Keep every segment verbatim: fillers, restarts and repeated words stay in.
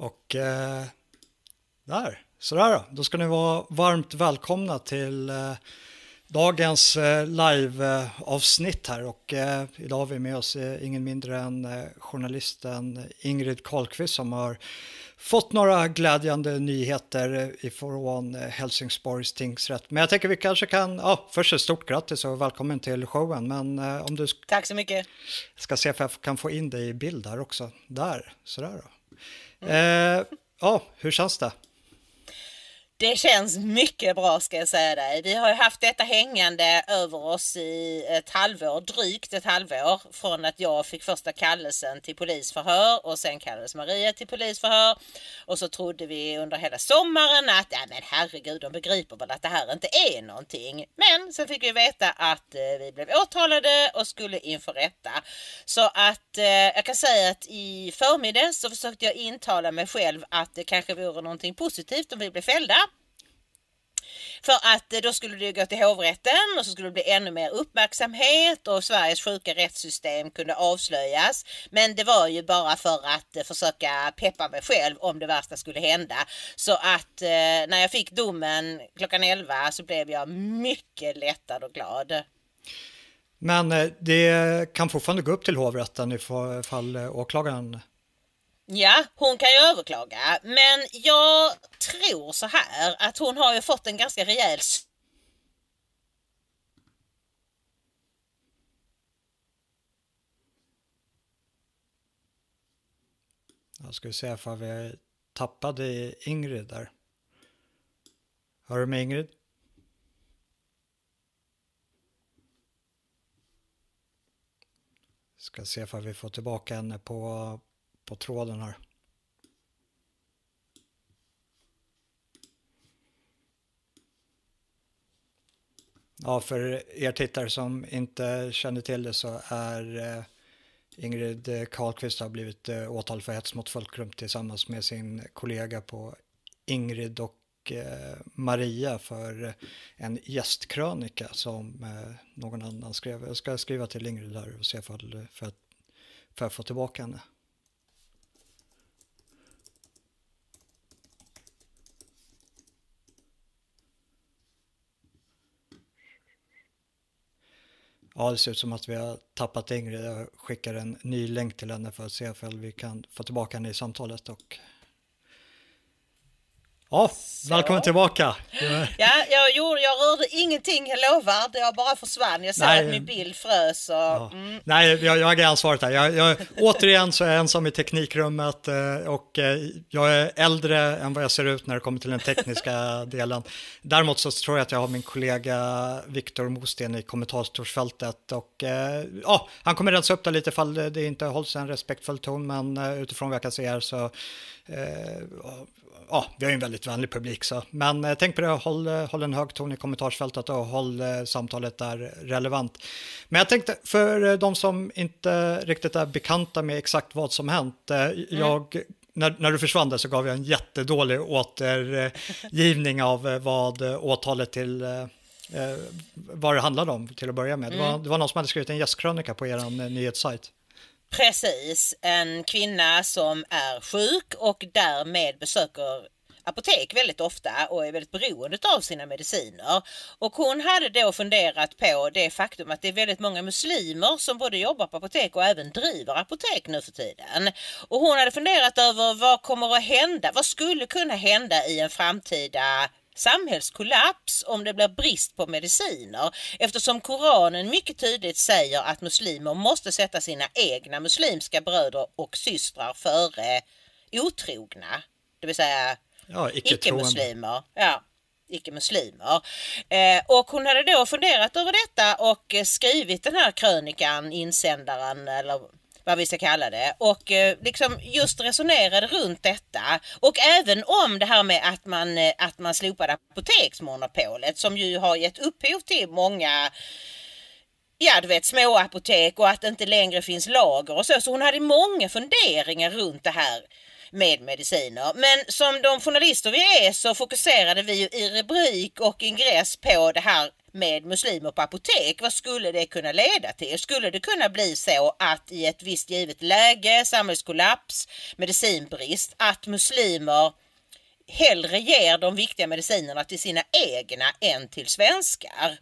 Och eh, där, sådär då. Då ska ni vara varmt välkomna till eh, dagens eh, live-avsnitt här. Och eh, idag har vi med oss eh, ingen mindre än eh, journalisten Ingrid Carlqvist som har fått några glädjande nyheter ifrån Helsingborgs tingsrätt. Men jag tänker vi kanske kan, ja, först ett stort grattis och välkommen till showen. Men eh, om du... Tack så mycket. Jag ska se om jag kan få in dig i bild där också. Där, sådär då. Mm. Eh, ja, hur känns det? Det känns mycket bra, ska jag säga dig. Vi har ju haft detta hängande över oss i ett halvår, drygt ett halvår, från att jag fick första kallelsen till polisförhör och sen kallades Maria till polisförhör. Och så trodde vi under hela sommaren att, ja men herregud, de begriper väl att det här inte är någonting. Men sen fick vi veta att eh, vi blev åtalade och skulle inför rätta. Så att eh, jag kan säga att i förmiddags så försökte jag intala mig själv att det kanske vore någonting positivt om vi blev fällda. För att då skulle det gå till hovrätten och så skulle det bli ännu mer uppmärksamhet och Sveriges sjuka rättssystem kunde avslöjas. Men det var ju bara för att försöka peppa mig själv om det värsta skulle hända. Så att eh, när jag fick domen klockan elva så blev jag mycket lättad och glad. Men eh, det kan fortfarande gå upp till hovrätten ifall eh, åklagaren... Ja, hon kan ju överklaga, men jag tror så här att hon har ju fått en ganska rejäl... Jag ska se för vi tappade Ingrid där. Hör du mig, Ingrid? Ska se för vi får tillbaka henne på... på tråden här. Ja, för er tittare som inte känner till det så är eh, Ingrid Carlqvist har blivit eh, åtalad för hets mot folkgrupp tillsammans med sin kollega på Ingrid och eh, Maria för eh, en gästkrönika som eh, någon annan skrev. Jag ska skriva till Ingrid där och se för, för, att, för att få tillbaka henne. Ja, det ser ut som att vi har tappat Ingrid. Jag skickar en ny länk till henne för att se om vi kan få tillbaka henne i samtalet. Och... Ja, så. Välkommen tillbaka. Ja, jag, gjorde, jag rörde ingenting, jag lovar. Jag bara försvann. Jag såg att min bild frös. Och, ja. mm. Nej, jag, jag är ansvarig här. Jag, jag, återigen så är jag ensam i teknikrummet och jag är äldre än vad jag ser ut när det kommer till den tekniska delen. Däremot så tror jag att jag har min kollega Viktor Mosten i kommentarsfältet och ja, han kommer rensa upp det lite ifall det inte hålls en respektfull ton, men utifrån vad jag kan se här så eh, ja, vi har ju en väldigt vänlig publik så. Men eh, tänk på det, håll, håll en hög ton i kommentarsfältet och håll eh, samtalet där relevant. Men jag tänkte, för eh, de som inte riktigt är bekanta med exakt vad som hänt, eh, mm. jag, när, när du försvann där så gav jag en jättedålig återgivning av eh, vad eh, åtalet till... Eh, eh, vad det handlade om till att börja med. Mm. Det, var, det var någon som hade skrivit en gästkrönika på er eh, nyhetssajt. Precis, en kvinna som är sjuk och därmed besöker apotek väldigt ofta och är väldigt beroende av sina mediciner. Och hon hade då funderat på det faktum att det är väldigt många muslimer som både jobbar på apotek och även driver apotek nu för tiden. Och hon hade funderat över vad kommer att hända, vad skulle kunna hända i en framtida samhällskollaps om det blir brist på mediciner, eftersom Koranen mycket tydligt säger att muslimer måste sätta sina egna muslimska bröder och systrar före otrogna, det vill säga ja, icke-muslimer. Ja, icke-muslimer. Eh, och hon hade då funderat över detta och skrivit den här krönikan, insändaren eller vad vi ska kalla det, och eh, liksom just resonerade runt detta, och även om det här med att man, eh, att man slopade apoteksmonopolet som ju har gett upphov till många ja, du vet, små apotek och att det inte längre finns lager och så. Så hon hade många funderingar runt det här med mediciner. Men som de journalister vi är så fokuserade vi ju i rubrik och ingress på det här med muslimer på apotek. Vad skulle det kunna leda till? Skulle det kunna bli så att i ett visst givet läge, samhällskollaps, medicinbrist, att muslimer hellre ger de viktiga medicinerna till sina egna än till svenskar?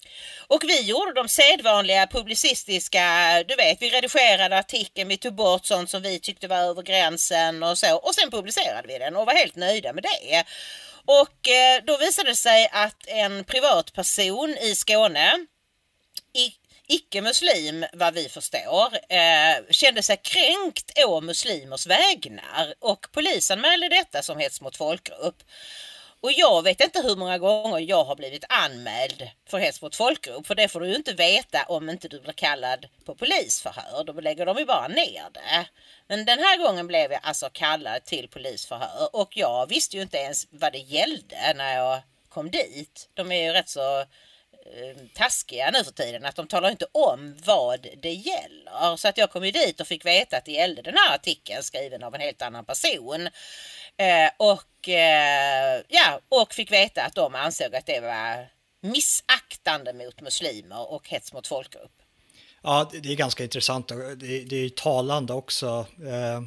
Och vi gjorde de sedvanliga publicistiska, du vet, vi redigerade artikeln, vi tog bort sånt som vi tyckte var över gränsen och så. Och sen publicerade vi den och var helt nöjda med det. Och eh, då visade det sig att en privatperson i Skåne, i, icke-muslim vad vi förstår, eh, kände sig kränkt å muslimers vägnar. Och polisen anmälde detta som hets mot folkgrupp. Och jag vet inte hur många gånger jag har blivit anmäld för hets mot folkgrupp. För det får du ju inte veta om inte du blir kallad på polisförhör. Då lägger de ju bara ner det. Men den här gången blev jag alltså kallad till polisförhör. Och jag visste ju inte ens vad det gällde när jag kom dit. De är ju rätt så eh, taskiga nu för tiden. Att de talar inte om vad det gäller. Så att jag kom ju dit och fick veta att det gällde den här artikeln skriven av en helt annan person. Eh, och, eh, ja, och fick veta att de ansåg att det var missaktande mot muslimer och hets mot folkgrupp. Ja, det är ganska intressant och det, det är talande också. Eh,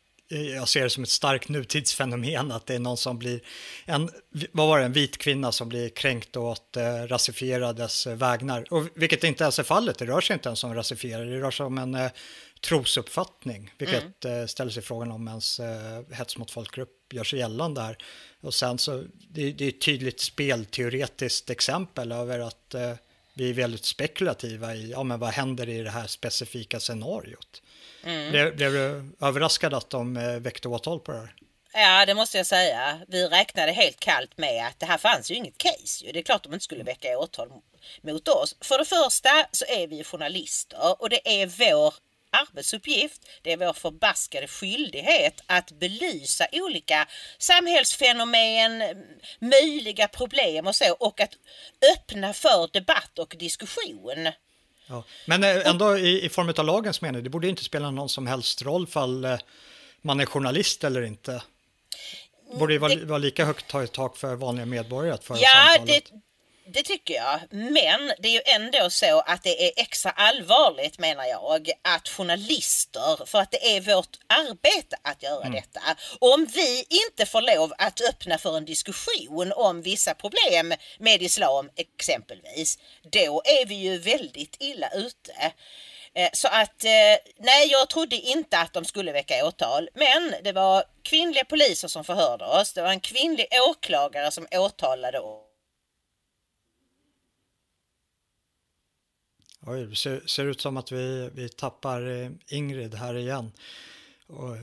jag ser det som ett starkt nutidsfenomen att det är någon som blir, en, vad var det, en vit kvinna som blir kränkt åt eh, rasifierades vägnar. Och, vilket inte ens är fallet, det rör sig inte ens om rasifierade, det rör sig om en eh, trosuppfattning, vilket mm. eh, ställer sig frågan om ens eh, hets mot folkgrupp gör sig gällande där. Och sen så, det, det är ett tydligt spelteoretiskt exempel över att eh, vi är väldigt spekulativa i, ja men vad händer i det här specifika scenariot? Mm. Blev, blev du överraskad att de eh, väckte åtal på det här? Ja, det måste jag säga. Vi räknade helt kallt med att det här fanns ju inget case. Det är klart de inte skulle väcka åtal mot oss. För det första så är vi journalister och det är vår arbetsuppgift, det är vår förbaskade skyldighet att belysa olika samhällsfenomen, möjliga problem och så, och att öppna för debatt och diskussion. Ja. Men ändå i, i form av lagens mening, det borde inte spela någon som helst roll fall man är journalist eller inte. Borde det vara, vara lika högt ta ett tak för vanliga medborgare att föra ja, samtalet? Det... Det tycker jag, men det är ju ändå så att det är extra allvarligt menar jag att journalister, för att det är vårt arbete att göra mm. detta. Om vi inte får lov att öppna för en diskussion om vissa problem med islam exempelvis, då är vi ju väldigt illa ute. Så att, nej, jag trodde inte att de skulle väcka åtal, men det var kvinnliga poliser som förhörde oss, det var en kvinnlig åklagare som åtalade oss. Oj, det ser, ser ut som att vi, vi tappar Ingrid här igen. Och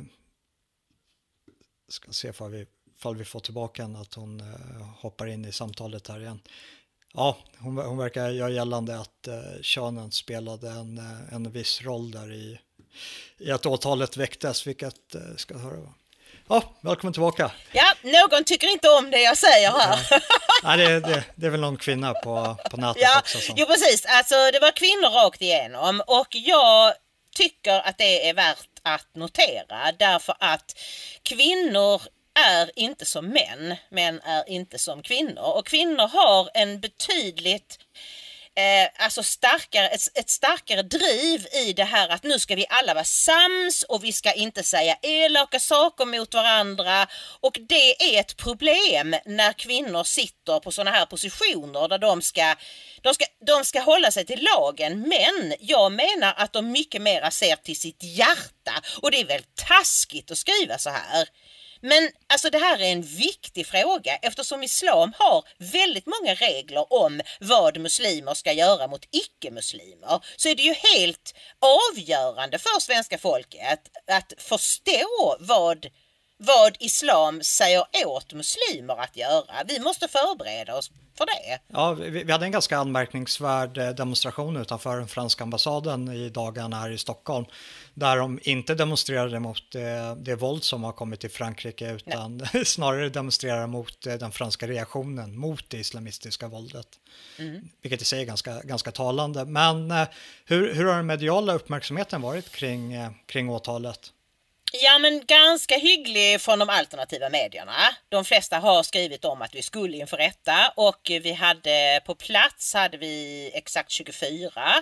ska se ifall vi, ifall vi får tillbaka henne, att hon uh, hoppar in i samtalet här igen. Ja, hon, hon verkar göra gällande att uh, könen spelade en, uh, en viss roll där i, i att åtalet väcktes, vilket uh, ska höra. Ja, välkommen tillbaka. Ja, någon tycker inte om det jag säger här. Ja. Nej, det, det, det är väl någon kvinna på, på nätet ja, också. Som... Jo, precis. Alltså, det var kvinnor rakt igenom. Och jag tycker att det är värt att notera. Därför att kvinnor är inte som män. Män är inte som kvinnor. Och kvinnor har en betydligt... Eh, alltså starkare, ett, ett starkare driv i det här att nu ska vi alla vara sams och vi ska inte säga elaka saker mot varandra, och det är ett problem när kvinnor sitter på sådana här positioner där de ska, de ska, de ska hålla sig till lagen, men jag menar att de mycket mer ser till sitt hjärta, och det är väl taskigt att skriva så här. Men alltså det här är en viktig fråga eftersom islam har väldigt många regler om vad muslimer ska göra mot icke-muslimer. Så är det ju helt avgörande för svenska folket att förstå vad vad islam säger åt muslimer att göra. Vi måste förbereda oss för det. Ja, vi, vi hade en ganska anmärkningsvärd demonstration utanför den franska ambassaden i dagarna här i Stockholm, där de inte demonstrerade mot det, det våld som har kommit till Frankrike, utan snarare demonstrerade mot den franska reaktionen mot det islamistiska våldet. Mm. Vilket i sig är ganska, ganska talande. Men hur, hur har den mediala uppmärksamheten varit kring, kring åtalet? Ja, men ganska hygglig från de alternativa medierna. De flesta har skrivit om att vi skulle inför rätta, och vi hade på plats hade vi exakt tjugofyra.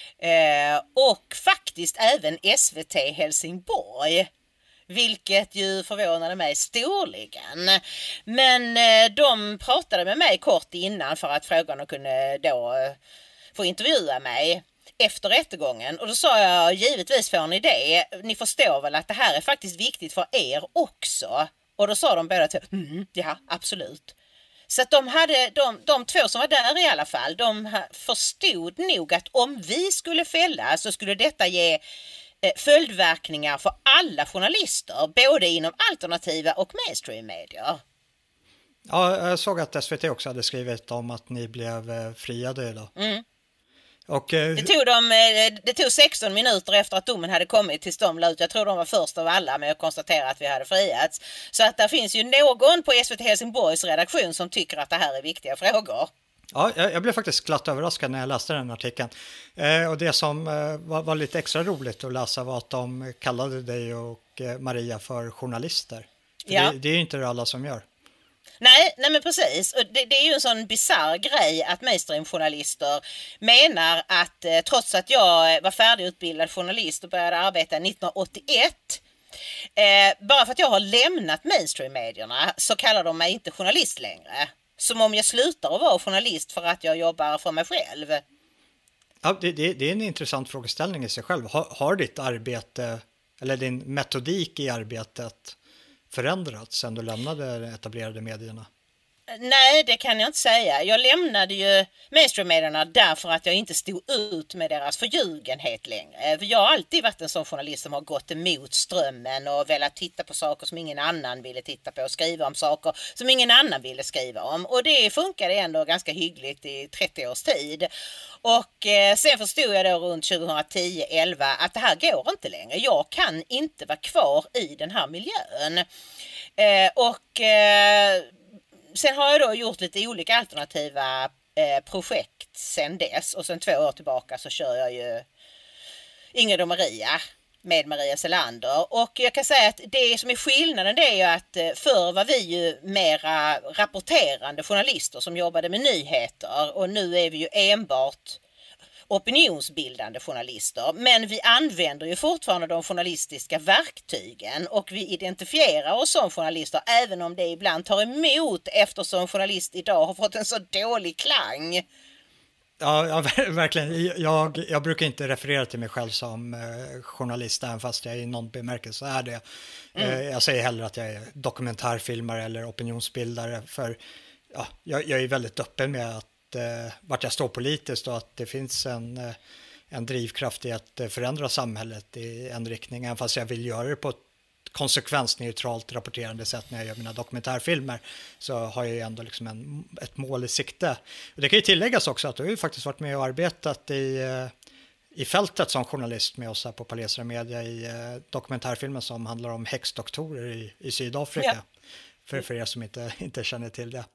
Eh, och faktiskt även S V T Helsingborg, vilket ju förvånade mig storligen. Men eh, de pratade med mig kort innan för att fråga om de kunde då eh, få intervjua mig efter rättegången, och då sa jag, givetvis får ni det. Ni förstår väl att det här är faktiskt viktigt för er också? Och då sa de båda till, mm, ja, absolut. Så att de, hade, de, de två som var där i alla fall, de förstod nog att om vi skulle fälla så skulle detta ge eh, följdverkningar för alla journalister, både inom alternativa och mainstream-medier. Ja, jag såg att S V T också hade skrivit om att ni blev eh, friade idag. Mm. Och, det, tog de, det tog sexton minuter efter att domen hade kommit tills de la ut. Jag tror de var först av alla med att konstatera att vi hade friats. Så att det finns ju någon på S V T Helsingborgs redaktion som tycker att det här är viktiga frågor. Ja, jag blev faktiskt glatt överraskad när jag läste den artikeln. Eh, och det som eh, var, var lite extra roligt att läsa var att de kallade dig och eh, Maria för journalister. För ja. det, det är ju inte alla som gör. Nej, nej men precis. Och det, det är ju en sån bizarr grej att mainstream-journalister menar att eh, trots att jag var färdigutbildad journalist och började arbeta nittonhundraåttioett, eh, bara för att jag har lämnat mainstream-medierna så kallar de mig inte journalist längre. Som om jag slutar att vara journalist för att jag jobbar för mig själv. Ja, det, det, det är en intressant frågeställning i sig själv. Har, har ditt arbete, eller din metodik i arbetet förändrats sedan du lämnade de etablerade medierna? Nej, det kan jag inte säga. Jag lämnade ju mainstream-medierna därför att jag inte stod ut med deras förljugenhet längre. För jag har alltid varit en sån journalist som har gått emot strömmen och velat titta på saker som ingen annan ville titta på och skriva om saker som ingen annan ville skriva om. Och det funkade ändå ganska hyggligt i trettio års tid. Och eh, sen förstod jag då runt tjugohundratio elva att det här går inte längre. Jag kan inte vara kvar i den här miljön. Eh, och... Eh, Sen har jag då gjort lite olika alternativa eh, projekt sen dess, och sen två år tillbaka så kör jag ju Ingrid och Maria med Maria Selander. Och jag kan säga att det som är skillnaden, det är ju att förr var vi ju mera rapporterande journalister som jobbade med nyheter, och nu är vi ju enbart opinionsbildande journalister, men vi använder ju fortfarande de journalistiska verktygen och vi identifierar oss som journalister, även om det ibland tar emot eftersom journalist idag har fått en så dålig klang. Ja, ja verkligen. Jag, jag brukar inte referera till mig själv som eh, journalist, även fast jag i någon bemärkelse är det. Mm. Eh, jag säger hellre att jag är dokumentärfilmare eller opinionsbildare, för ja, jag, jag är väldigt öppen med att Eh, vart jag står politiskt, och att det finns en, eh, en drivkraft i att eh, förändra samhället i en riktning, även fast jag vill göra det på ett konsekvensneutralt rapporterande sätt när jag gör mina dokumentärfilmer, så har jag ju ändå liksom en, ett mål i sikte. Och det kan ju tilläggas också att du har ju faktiskt varit med och arbetat i, eh, i fältet som journalist med oss här på Palestra Media i eh, dokumentärfilmen som handlar om häxdoktorer i, i Sydafrika. Ja. För, för er som inte, inte känner till det.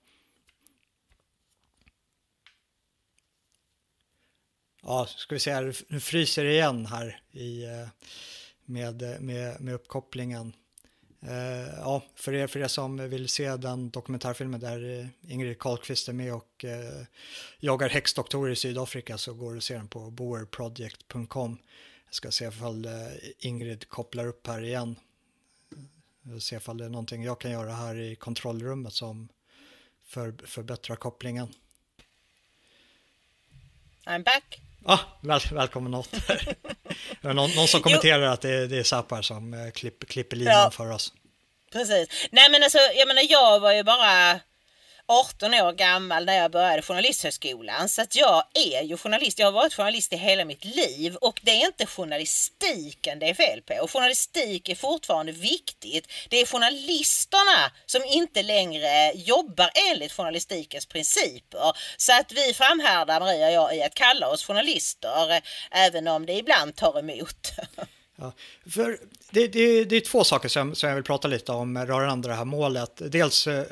Ja, ska vi se här, nu fryser det igen här i, med, med, med uppkopplingen. Uh, ja, för er, för er som vill se den dokumentärfilmen där Ingrid Karlqvist är med och uh, jagar häxdoktorer i Sydafrika, så går det att se den på boerproject punkt com. Jag ska se ifall uh, Ingrid kopplar upp här igen. Jag vill se ifall det är någonting jag kan göra här i kontrollrummet som för, förbättrar kopplingen. I'm back. Ah, väl, välkommen åter. någon, någon som kommenterar att det, det är Sapar som eh, klipp, klipper linan ja, för oss. Precis. Nej men alltså, jag menar jag var ju bara arton år gammal när jag började journalisthögskolan, så att jag är ju journalist. Jag har varit journalist i hela mitt liv och det är inte journalistiken det är fel på. Och journalistik är fortfarande viktigt. Det är journalisterna som inte längre jobbar enligt journalistikens principer. Så att vi framhärdar, Maria och jag, i att kalla oss journalister, även om det ibland tar emot. Ja, för det, det, det är två saker som, som jag vill prata lite om rörande det här målet. Dels eh,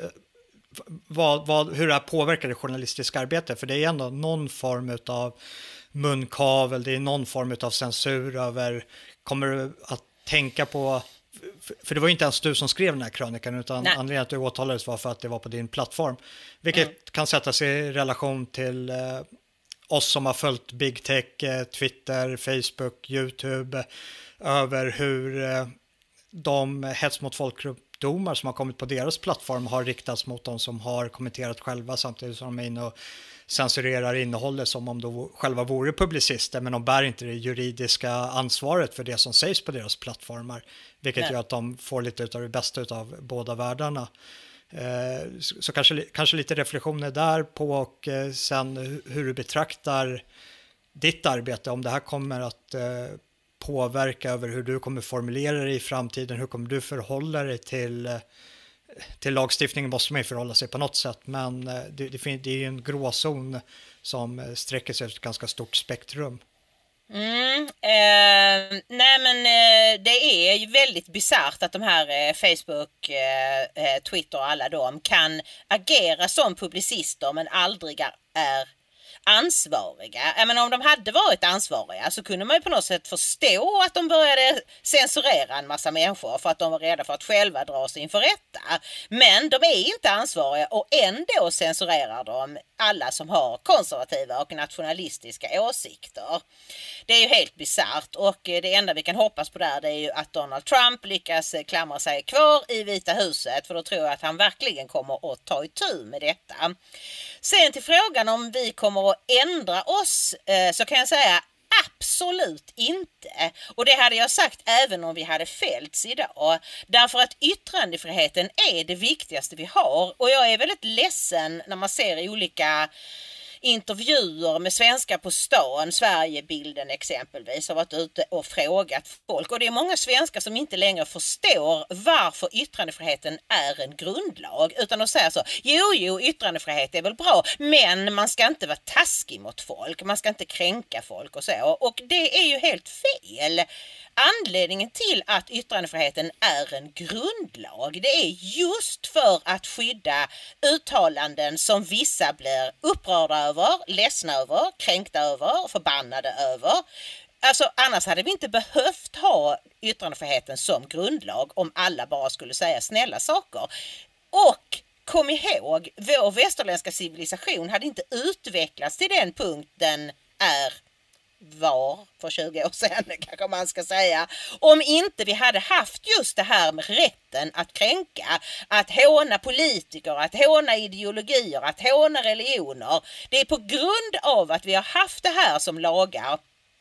vad, vad, hur det här påverkar det journalistiska arbetet, för det är ändå någon form av munkavel, det är någon form av censur över, kommer du att tänka på, för det var ju inte ens du som skrev den här krönikan, utan Nej. anledningen att du åtalades var för att det var på din plattform, vilket mm. kan sättas i relation till eh, oss som har följt Big Tech, eh, Twitter, Facebook, YouTube, över hur eh, de hets mot folkdomar som har kommit på deras plattform har riktats mot de som har kommenterat själva, samtidigt som de är inne och censurerar innehållet som om de själva vore publicister, men de bär inte det juridiska ansvaret för det som sägs på deras plattformar, vilket Nej. gör att de får lite av det bästa av båda världarna. Eh, så, så kanske, kanske lite reflektioner där på, och eh, sen hur du betraktar ditt arbete, om det här kommer att eh, påverka över hur du kommer formulera dig i framtiden, hur kommer du förhålla dig till, till lagstiftningen, måste man ju förhålla sig på något sätt, men det, det, det är ju en gråzon som sträcker sig ett ganska stort spektrum. Mm, eh, nej men eh, det är ju väldigt bizarrt att de här eh, Facebook, eh, Twitter och alla de kan agera som publicister men aldrig är ansvariga. Men om de hade varit ansvariga så kunde man ju på något sätt förstå att de började censurera en massa människor för att de var rädda för att själva dra sig inför rätta. Men de är inte ansvariga och ändå censurerar de alla som har konservativa och nationalistiska åsikter. Det är ju helt bizarrt, och det enda vi kan hoppas på där, det är ju att Donald Trump lyckas klamra sig kvar i Vita huset, för då tror jag att han verkligen kommer att ta itu med detta. Sen till frågan om vi kommer att ändra oss, så kan jag säga absolut inte. Och det hade jag sagt även om vi hade fällts idag. Därför att yttrandefriheten är det viktigaste vi har. Och jag är väldigt ledsen när man ser olika intervjuer med svenskar på stan, Sverigebilden exempelvis, har varit ute och frågat folk. Och det är många svenskar som inte längre förstår varför yttrandefriheten är en grundlag. Utan de säger så, jo, jo, yttrandefrihet är väl bra, men man ska inte vara taskig mot folk. Man ska inte kränka folk och så. Och det är ju helt fel. Anledningen till att yttrandefriheten är en grundlag, det är just för att skydda uttalanden som vissa blir upprörda över, ledsna över, kränkta över, förbannade över. Alltså annars hade vi inte behövt ha yttrandefriheten som grundlag om alla bara skulle säga snälla saker. Och kom ihåg, vår västerländska civilisation hade inte utvecklats till den punkten är var för tjugo år sedan, kanske man ska säga, om inte vi hade haft just det här med rätten att kränka, att håna politiker, att håna ideologier, att håna religioner. Det är på grund av att vi har haft det här som lagar,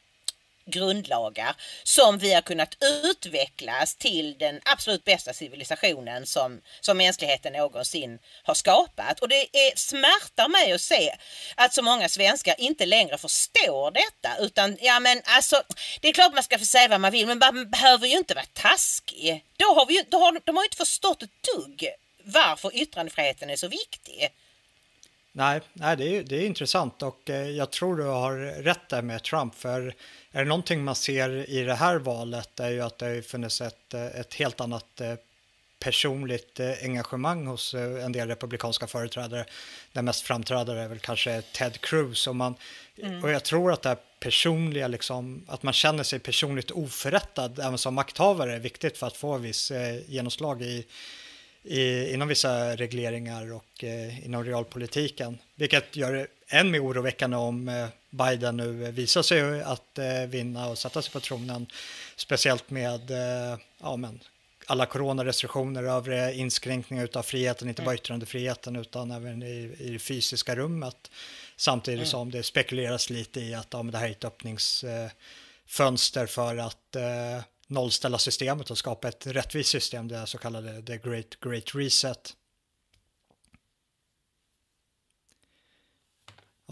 grundlagar, som vi har kunnat utvecklas till den absolut bästa civilisationen som, som mänskligheten någonsin har skapat. Och det är, smärtar mig att se att så många svenskar inte längre förstår detta, utan ja men alltså, det är klart man ska få säga vad man vill, men man behöver ju inte vara taskig. Då har vi ju, då har, de har ju inte förstått ett dugg varför yttrandefriheten är så viktig. Nej, nej det, är, det är intressant, och eh, jag tror du har rätt där med Trump, för är det någonting man ser i det här valet är ju att det har funnits ett, ett helt annat eh, personligt eh, engagemang hos eh, en del republikanska företrädare. Den mest framträdande är väl kanske Ted Cruz, och, man, mm. och jag tror att det här personliga, liksom, att man känner sig personligt oförrättad även som makthavare är viktigt för att få viss eh, genomslag i I, inom vissa regleringar och eh, inom realpolitiken, vilket gör det än mer oroväckande om eh, Biden nu visar sig att eh, vinna och sätta sig på tronen, speciellt med eh, ja, men, alla coronarestriktioner, övriga inskränkningar utav friheten, inte bara yttrandefriheten utan även i, i det fysiska rummet, samtidigt mm. som det spekuleras lite i att ja, men det här är ett öppningsfönster eh, för att eh, nollställa systemet och skapa ett rättvist system, det så kallade The Great, Great Reset.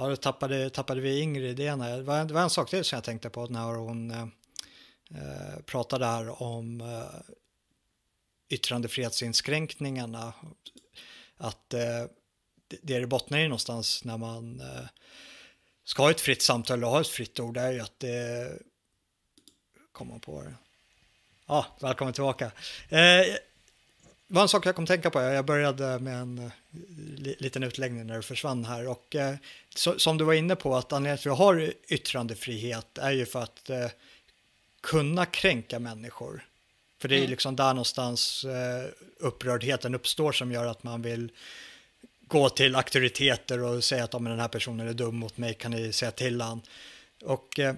Ja, då tappade, tappade vi Ingrid igen. Det var, det var en sak till som jag tänkte på när hon eh, pratade här om eh, yttrandefrihetsinskränkningarna. Att eh, det, det bottnar i någonstans när man eh, ska ha ett fritt samtal och ha ett fritt ord är ju att det kommer på det. Ja, välkommen tillbaka. Eh, Det var en sak jag kom tänka på. Jag började med en uh, liten utläggning när du försvann här. Och uh, så, som du var inne på, att anledningen till att vi har yttrandefrihet är ju för att uh, kunna kränka människor. För det är mm. liksom där någonstans uh, upprördheten uppstår som gör att man vill gå till auktoriteter och säga att om den här personen är dum mot mig kan ni säga till han. Och uh,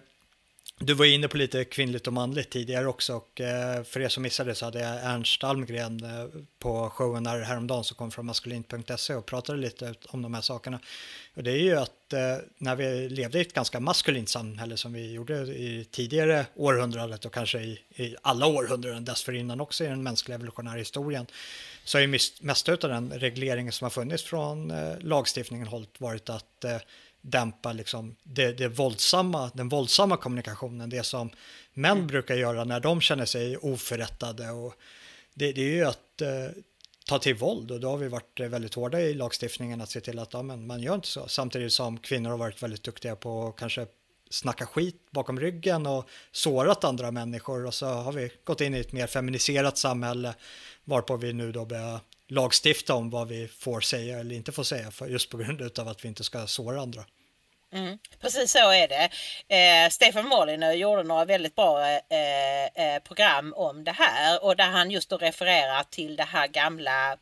du var inne på lite kvinnligt och manligt tidigare också, och eh, för er som missade så hade jag Ernst Almgren eh, på showen här häromdagen som kom från maskulint punkt se och pratade lite om de här sakerna. Och det är ju att eh, när vi levde i ett ganska maskulint samhälle som vi gjorde i tidigare århundradet och kanske i, i alla århundraden dessförinnan också i den mänskliga evolutionära historien, så är ju mest av den regleringen som har funnits från eh, lagstiftningen hållit varit att eh, dämpa liksom det, det våldsamma, den våldsamma kommunikationen, det som män mm. brukar göra när de känner sig oförrättade, och det, det är ju att eh, ta till våld, och då har vi varit väldigt hårda i lagstiftningen att se till att ja, men man gör inte så, samtidigt som kvinnor har varit väldigt duktiga på att kanske snacka skit bakom ryggen och sårat andra människor, och så har vi gått in i ett mer feminiserat samhälle varpå vi nu då börjar lagstifta om vad vi får säga eller inte får säga, för just på grund av att vi inte ska såra andra. Mm, precis så är det. Eh, Stefan Molyneux gjorde några väldigt bra eh, eh, program om det här, och där han just då refererar till det här gamla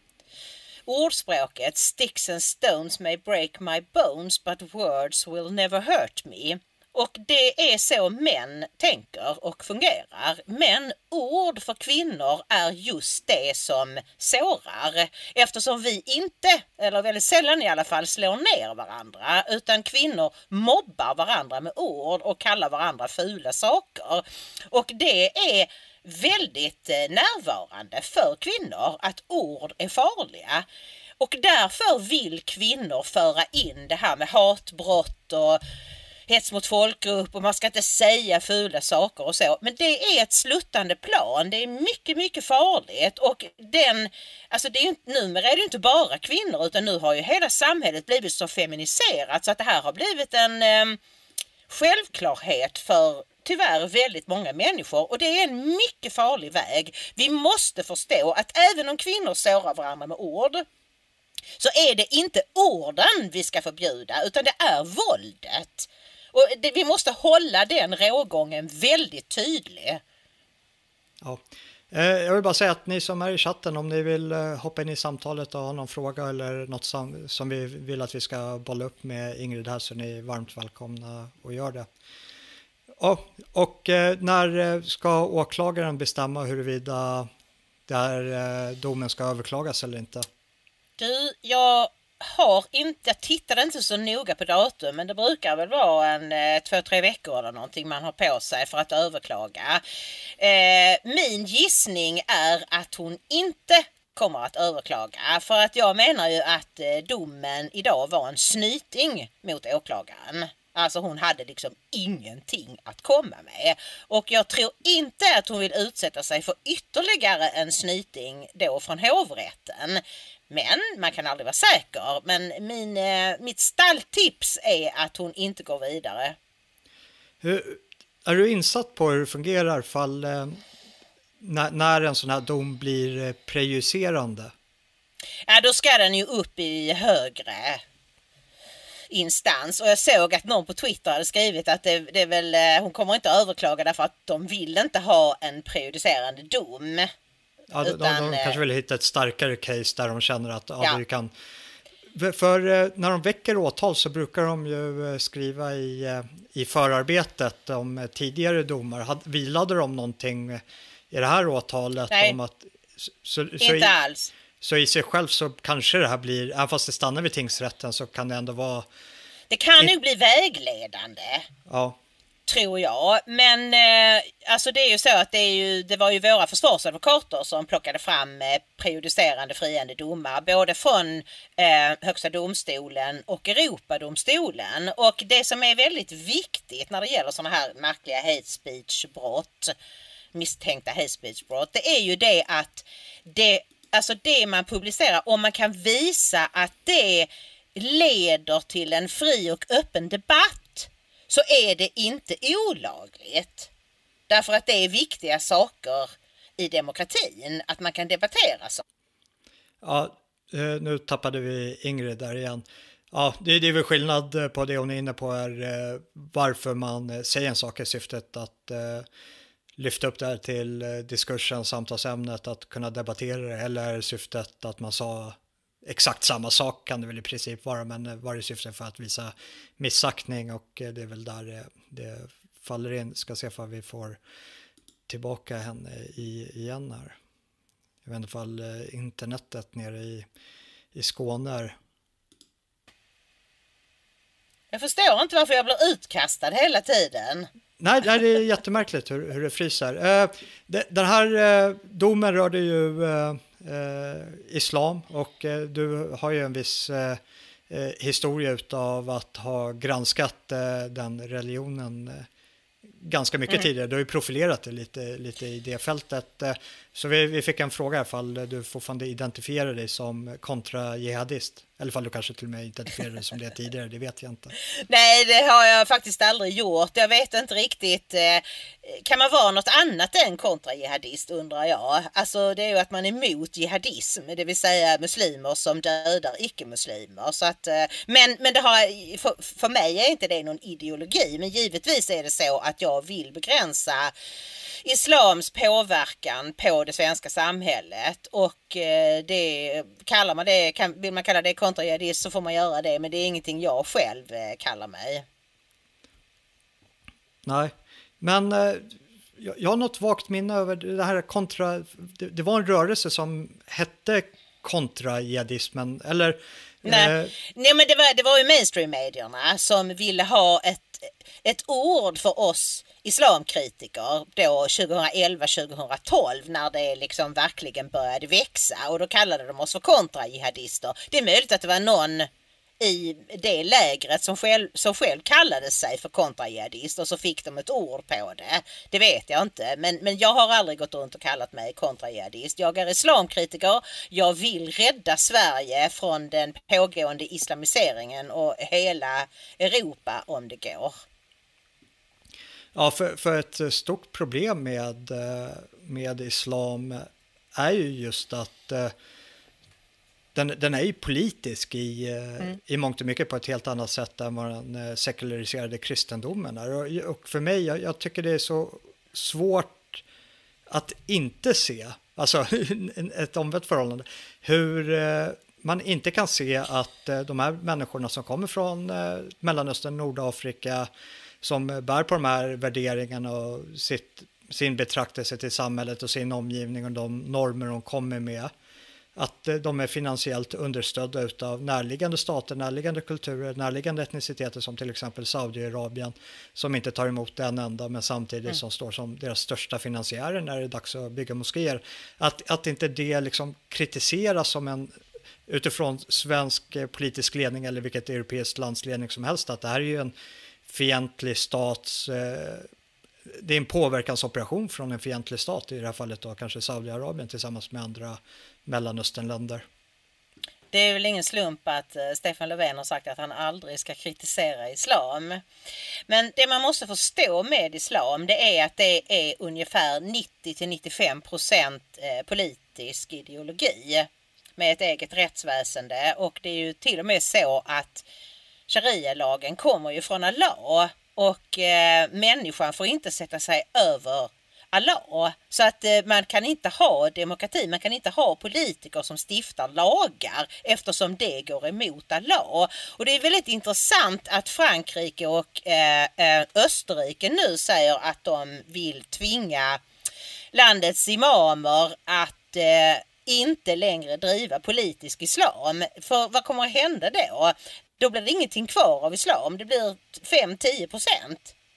ordspråket "Sticks and stones may break my bones but words will never hurt me". Och det är så män tänker och fungerar. Men ord för kvinnor är just det som sårar. Eftersom vi inte, eller väldigt sällan i alla fall, slår ner varandra. Utan kvinnor mobbar varandra med ord och kallar varandra fula saker. Och det är väldigt närvarande för kvinnor att ord är farliga. Och därför vill kvinnor föra in det här med hatbrott och hets mot folkgrupp, och man ska inte säga fula saker och så. Men det är ett sluttande plan. Det är mycket, mycket farligt. Och den, alltså det är ju inte, numera är det inte bara kvinnor, utan nu har ju hela samhället blivit så feminiserat så att det här har blivit en eh, självklarhet för tyvärr väldigt många människor, och det är en mycket farlig väg. Vi måste förstå att även om kvinnor sårar varandra med ord, så är det inte orden vi ska förbjuda, utan det är våldet. Och det, vi måste hålla den rågången väldigt tydlig. Ja. Eh, jag vill bara säga att ni som är i chatten, om ni vill eh, hoppa in i samtalet och ha någon fråga eller något som, som vi vill att vi ska bolla upp med Ingrid här, så är ni varmt välkomna och gör det. Ja, och eh, när ska åklagaren bestämma huruvida där eh, domen ska överklagas eller inte? Du, jag har inte, jag tittade inte så noga på datum, men det brukar väl vara en eh, två, tre veckor eller någonting man har på sig för att överklaga. Eh, min gissning är att hon inte kommer att överklaga, för att jag menar ju att eh, domen idag var en snyting mot åklagaren. Alltså hon hade liksom ingenting att komma med. Och jag tror inte att hon vill utsätta sig för ytterligare en snyting då från hovrätten. Men man kan aldrig vara säker. Men min, eh, mitt stalltips är att hon inte går vidare. Hur, är du insatt på hur det fungerar fall, eh, när, när en sån här dom blir eh, prejudicerande? Ja, då ska den ju upp i högre instans, och jag såg att någon på Twitter hade skrivit att det, det är väl, hon kommer inte att överklaga därför att de vill inte ha en prejudicerande dom. Ja, utan, de, de kanske vill hitta ett starkare case där de känner att ja, ja. vi kan. För när de väcker åtal så brukar de ju skriva i, i förarbetet om tidigare domar. Had, vilade de någonting i det här åtalet? Nej, om att, så, så inte i, alls. Så i sig själv så kanske det här blir, även fast det stannar vid tingsrätten, så kan det ändå vara... Det kan nog bli vägledande. Ja. tror jag. Men eh, alltså det är ju så att det, är ju, det var ju våra försvarsadvokater som plockade fram eh, prejudicerande friande domar både från eh, Högsta domstolen och Europadomstolen. Och det som är väldigt viktigt när det gäller sådana här märkliga hate speech-brott, misstänkta hate speech-brott, det är ju det att det, alltså det man publicerar, om man kan visa att det leder till en fri och öppen debatt, så är det inte olagligt. Därför att det är viktiga saker i demokratin, att man kan debattera så. Ja, nu tappade vi Ingrid där igen. Ja, det, det är väl skillnad på det hon är inne på är varför man säger en sak i syftet att eh, lyfta upp det här till diskursen, samtalsämnet, att kunna debattera det, eller syftet att man sa exakt samma sak kan det väl i princip vara, men var det syftet för att visa missaktning, och det är väl där det, det faller in. Ska se för vi får tillbaka henne i, igen här. Jag vet inte fall internetet nere i, i Skåne är. Jag förstår inte varför jag blir utkastad hela tiden. Nej, det är jättemärkligt hur, hur det fryser. Eh, det, den här eh, domen rörde ju eh, eh, islam, och eh, du har ju en viss eh, historia utav att ha granskat eh, den religionen eh, ganska mycket mm. tidigare. Du har ju profilerat dig lite, lite i det fältet. Eh, så vi, vi fick en fråga ifall du fortfarande identifierar dig som kontra-jihadist. Eller ifall du kanske till och med identifierade dig som det tidigare, det vet jag inte. Nej, det har jag faktiskt aldrig gjort. Jag vet inte riktigt. Kan man vara något annat än kontra-jihadist, undrar jag? Alltså det är ju att man är emot jihadism, det vill säga muslimer som dödar icke-muslimer. Så att, men men det har, för, för mig är inte det någon ideologi, men givetvis är det så att jag vill begränsa islams påverkan på det svenska samhället, och det kallar man det, kan, vill man kalla det kontra-jihadist så får man göra det, men det är ingenting jag själv kallar mig. Nej, men eh, jag har något vagt minne över det här kontra, det, det var en rörelse som hette kontra-jihadismen, eller? Nej, eh... Nej men det var, det var ju mainstream-medierna som ville ha ett, ett ord för oss islamkritiker då tjugoelva tjugohundratolv, när det liksom verkligen började växa, och då kallade de oss för kontra-jihadister. Det är möjligt att det var någon i det lägret som själv, som själv kallade sig för kontra-jihadist, och så fick de ett ord på det. Det vet jag inte, men, men jag har aldrig gått runt och kallat mig kontra-jihadist. Jag är islamkritiker, jag vill rädda Sverige från den pågående islamiseringen och hela Europa om det går. Ja, för, för ett stort problem med, med islam är ju just att den, den är ju politisk i, mm. i mångt och mycket på ett helt annat sätt än vad den sekulariserade kristendomen är. Och, och för mig, jag, jag tycker det är så svårt att inte se, alltså ett omvänt förhållande, hur man inte kan se att de här människorna som kommer från Mellanöstern, Nordafrika, som bär på de här värderingarna och sitt, sin betraktelse till samhället och sin omgivning och de normer de kommer med, att de är finansiellt understödda utav närliggande stater, närliggande kulturer, närliggande etniciteter som till exempel Saudiarabien, som inte tar emot en enda, men samtidigt mm. som står som deras största finansiärer när det är dags att bygga moskéer. Att, att inte det liksom kritiseras som en, utifrån svensk politisk ledning eller vilket europeiskt landsledning som helst, att det här är ju en fientlig stats, eh, det är en påverkansoperation från en fientlig stat, i det här fallet då kanske Saudiarabien tillsammans med andra Mellanösternländer. Det är väl ingen slump att eh, Stefan Löfven har sagt att han aldrig ska kritisera islam. Men det man måste förstå med islam, det är att det är ungefär nittio till nittiofem procent eh, politisk ideologi med ett eget rättsväsende, och det är ju till och med så att sharia-lagen kommer ju från Allah, och eh, människan får inte sätta sig över Allah. Så att eh, man kan inte ha demokrati, man kan inte ha politiker som stiftar lagar eftersom det går emot Allah. Och det är väldigt intressant att Frankrike och eh, eh, Österrike nu säger att de vill tvinga landets imamer att eh, inte längre driva politisk islam. För vad kommer att hända då? Då blir det ingenting kvar av islam. Det blir fem till tio procent.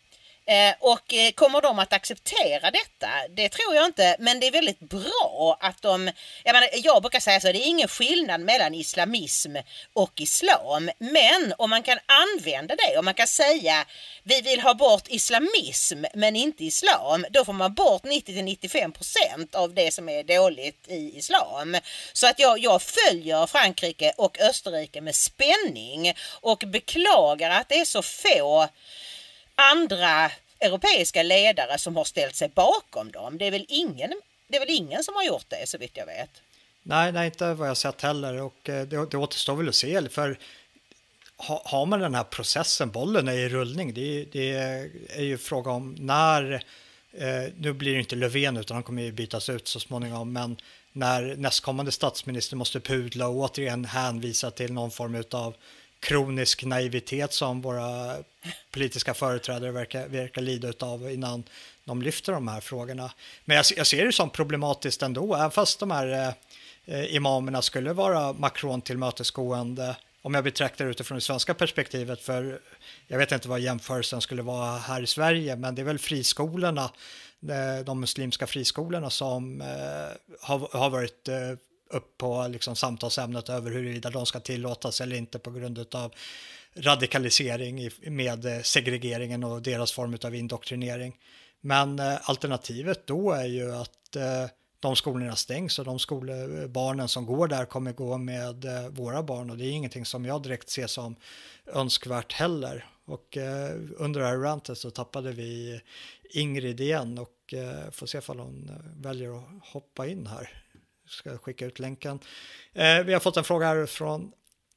Eh, och eh, kommer de att acceptera detta? Det tror jag inte, men det är väldigt bra att de, jag menar, jag brukar säga så, det är ingen skillnad mellan islamism och islam, men om man kan använda det, om man kan säga vi vill ha bort islamism men inte islam, då får man bort nittio till nittiofem procent av det som är dåligt i islam. Så att jag, jag följer Frankrike och Österrike med spänning och beklagar att det är så få andra europeiska ledare som har ställt sig bakom dem. Det är väl ingen, det är väl ingen som har gjort det, så vitt jag vet. Nej, nej, inte vad jag sett heller, och det, det återstår väl att se, för ha, har man den här processen, bollen är i rullning, det, det är ju fråga om när, eh, nu blir det inte Löfven utan han kommer ju bytas ut så småningom, men när nästkommande statsminister måste pudla och återigen hänvisa till någon form av kronisk naivitet som våra politiska företrädare verkar, verkar lida av innan de lyfter de här frågorna. Men jag, jag ser det som problematiskt ändå, även fast de här eh, imamerna skulle vara Macron tillmötesgående, om jag betraktar utifrån det svenska perspektivet, för jag vet inte vad jämförelsen skulle vara här i Sverige, men det är väl friskolorna, de muslimska friskolorna som eh, har, har varit eh, upp på liksom samtalsämnet över huruvida de ska tillåtas eller inte på grund av radikalisering i, med segregeringen och deras form av indoktrinering. Men eh, alternativet då är ju att eh, de skolorna stängs och de skolbarnen som går där kommer gå med eh, våra barn, och det är ingenting som jag direkt ser som önskvärt heller. Och eh, under det här rantet så tappade vi Ingrid igen, och eh, får se om hon väljer att hoppa in här. Jag ska skicka ut länken. Eh, vi har fått en fråga här från...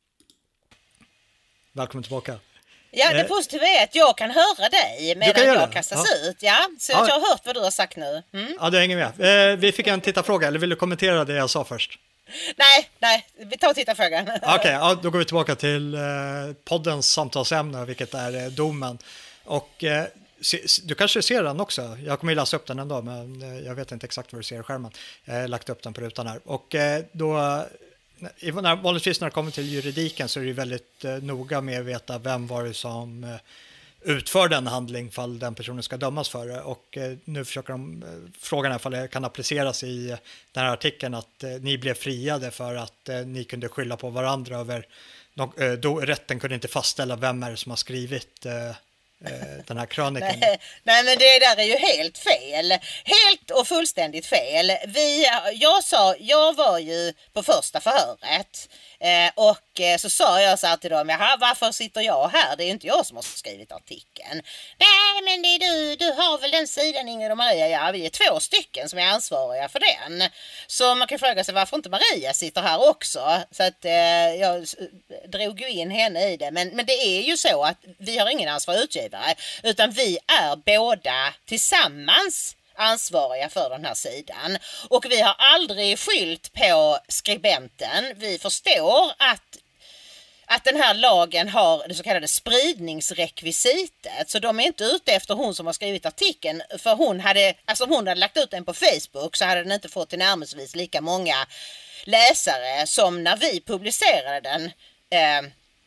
Välkommen tillbaka. Ja, det positiva är att jag kan höra dig medan jag kastas ja. ut. Ja, så ja. Jag har hört vad du har sagt nu. Mm. Ja, du hänger med. Eh, vi fick en tittarfråga, eller vill du kommentera det jag sa först? Nej, nej, vi tar tittarfrågan. Okej, okay, ja, då går vi tillbaka till eh, poddens samtalsämne, vilket är eh, domen. Och eh, se, du kanske ser den också. Jag kommer ju läsa upp den ändå, men eh, jag vet inte exakt vad du ser i skärmen. Jag har lagt upp den på rutan här. Och eh, då, när, vanligtvis när det kommer till juridiken så är det väldigt eh, noga med att veta vem var det som eh, utför den handling fall den personen ska dömas för det. Och eh, nu försöker de eh, frågan ifall det kan appliceras i eh, den här artikeln att eh, ni blev friade för att eh, ni kunde skylla på varandra över no, eh, då rätten kunde inte fastställa vem är det som har skrivit eh, den här krönikan. Nej, nej, men det där är ju helt fel. Helt och fullständigt fel. Vi, jag sa, jag var ju på första förhöret eh, och eh, så sa jag så här till dem, jaha, varför sitter jag här? Det är ju inte jag som har skrivit artikeln. Nej, men det är du, du har väl den sidan, Ingrid och Maria. Ja, vi är två stycken som är ansvariga för den. Så man kan fråga sig varför inte Maria sitter här också. Så att eh, jag drog ju in henne i det. Men, men det är ju så att vi har ingen ansvar utgivare, utan vi är båda tillsammans ansvariga för den här sidan. Och vi har aldrig skyllt på skribenten. Vi förstår att att den här lagen har det så kallade spridningsrekvisitet. Så de är inte ute efter hon som har skrivit artikeln. För hon hade, alltså om hon hade lagt ut den på Facebook så hade den inte fått tillnärmelsevis lika många läsare som när vi publicerade den eh,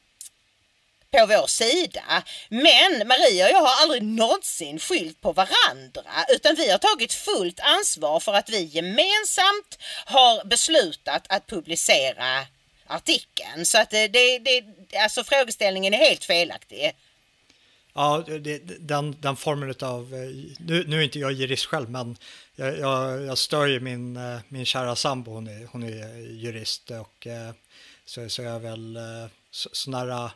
på vår sida. Men Maria och jag har aldrig någonsin skyllt på varandra, utan vi har tagit fullt ansvar för att vi gemensamt har beslutat att publicera artikeln. Så att det, det, det alltså frågeställningen är helt felaktig. Ja, det, den, den formen av, nu, nu är inte jag jurist själv, men jag, jag, jag stör ju min, min kära sambo, hon är, hon är jurist, och så, så jag är väl så, sån här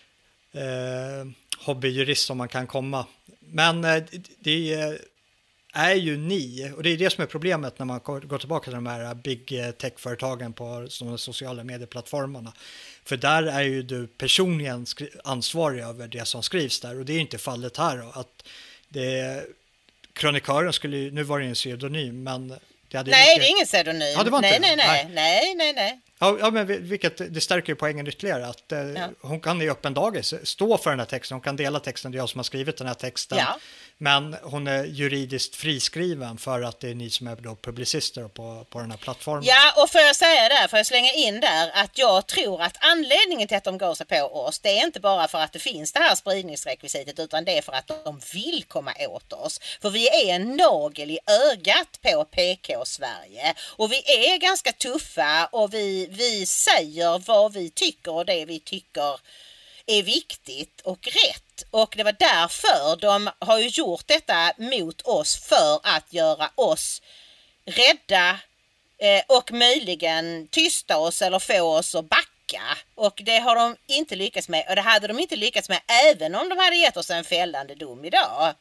Eh, hobbyjurist som man kan komma. Men eh, det är ju ni, och det är det som är problemet när man går tillbaka till de här big tech-företagen på de sociala medieplattformarna. För där är ju du personligen ansvarig över det som skrivs där, och det är inte fallet här då, att det, kronikören skulle, nu var det en pseudonym, men det hade nej, mycket... det är ingen pseudonym. Ja, det var inte nej, det. nej, nej, nej, nej, nej. Ja, ja, men vilket, det stärker ju poängen ytterligare att eh, ja. hon kan i öppen dagis stå för den här texten, hon kan dela texten, det är jag som har skrivit den här texten, ja. men hon är juridiskt friskriven för att det är ni som är då publicister på, på den här plattformen. Ja, och får jag säga där, får jag slänga in där att jag tror att anledningen till att de går sig på oss, det är inte bara för att det finns det här spridningsrekvisitet, utan det är för att de vill komma åt oss. För vi är en nagel i ögat på P K-Sverige och vi är ganska tuffa och vi Vi säger vad vi tycker och det vi tycker är viktigt och rätt. Och det var därför de har ju gjort detta mot oss, för att göra oss rädda eh, och möjligen tysta oss eller få oss att backa. Och det har de inte lyckats med. Och det hade de inte lyckats med även om de hade gett oss en fällande dom idag.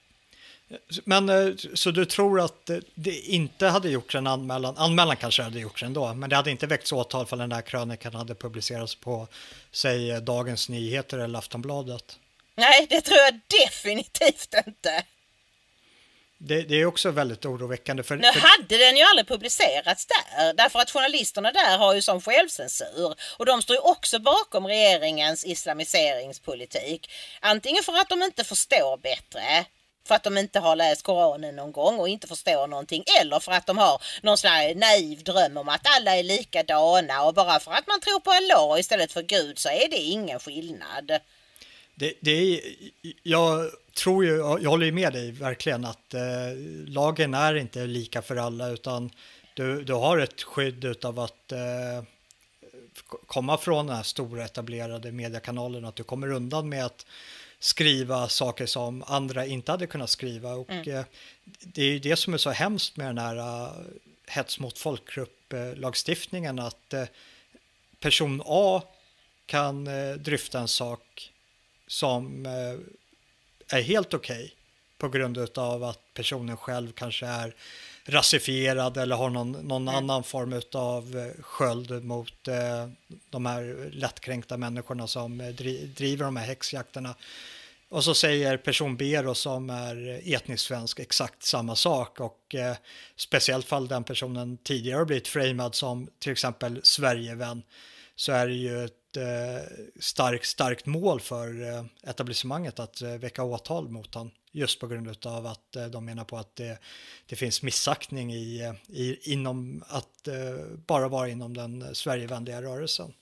Men så du tror att det inte hade gjorts en anmälan? Anmälan kanske hade gjorts ändå, men det hade inte väckts åtal för den där krönikan hade publicerats på, säg, Dagens Nyheter eller Aftonbladet? Nej, det tror jag definitivt inte. Det, det är också väldigt oroväckande. För, nu för... hade den ju aldrig publicerats där, därför att journalisterna där har ju som självcensur och de står ju också bakom regeringens islamiseringspolitik. Antingen för att de inte förstår bättre, för att de inte har läst Koranen någon gång och inte förstår någonting, eller för att de har någon slags naiv dröm om att alla är likadana och bara för att man tror på Allah istället för Gud så är det ingen skillnad. Det, det är, jag tror ju, jag håller ju med dig verkligen att eh, lagen är inte lika för alla, utan du, du har ett skydd utav att eh, komma från den här stora etablerade mediekanalen, att du kommer undan med att skriva saker som andra inte hade kunnat skriva. Och mm. eh, det är det som är så hemskt med den här uh, hets mot folkgrupp-lagstiftningen, att eh, person A kan eh, dryfta en sak som eh, är helt okej okay, på grund av att personen själv kanske är rasifierad eller har någon, någon mm. annan form av sköld mot eh, de här lättkränkta människorna som eh, driver de här häxjakterna. Och så säger person B då, som är etnisk svensk, exakt samma sak, och eh, speciellt fall den personen tidigare har blivit framad som till exempel Sverigevän, så är det ju ett eh, starkt, starkt mål för eh, etablissemanget att eh, väcka åtal mot han, just på grund av att eh, de menar på att det, det finns missaktning i, i, inom att eh, bara vara inom den Sverigevänliga rörelsen.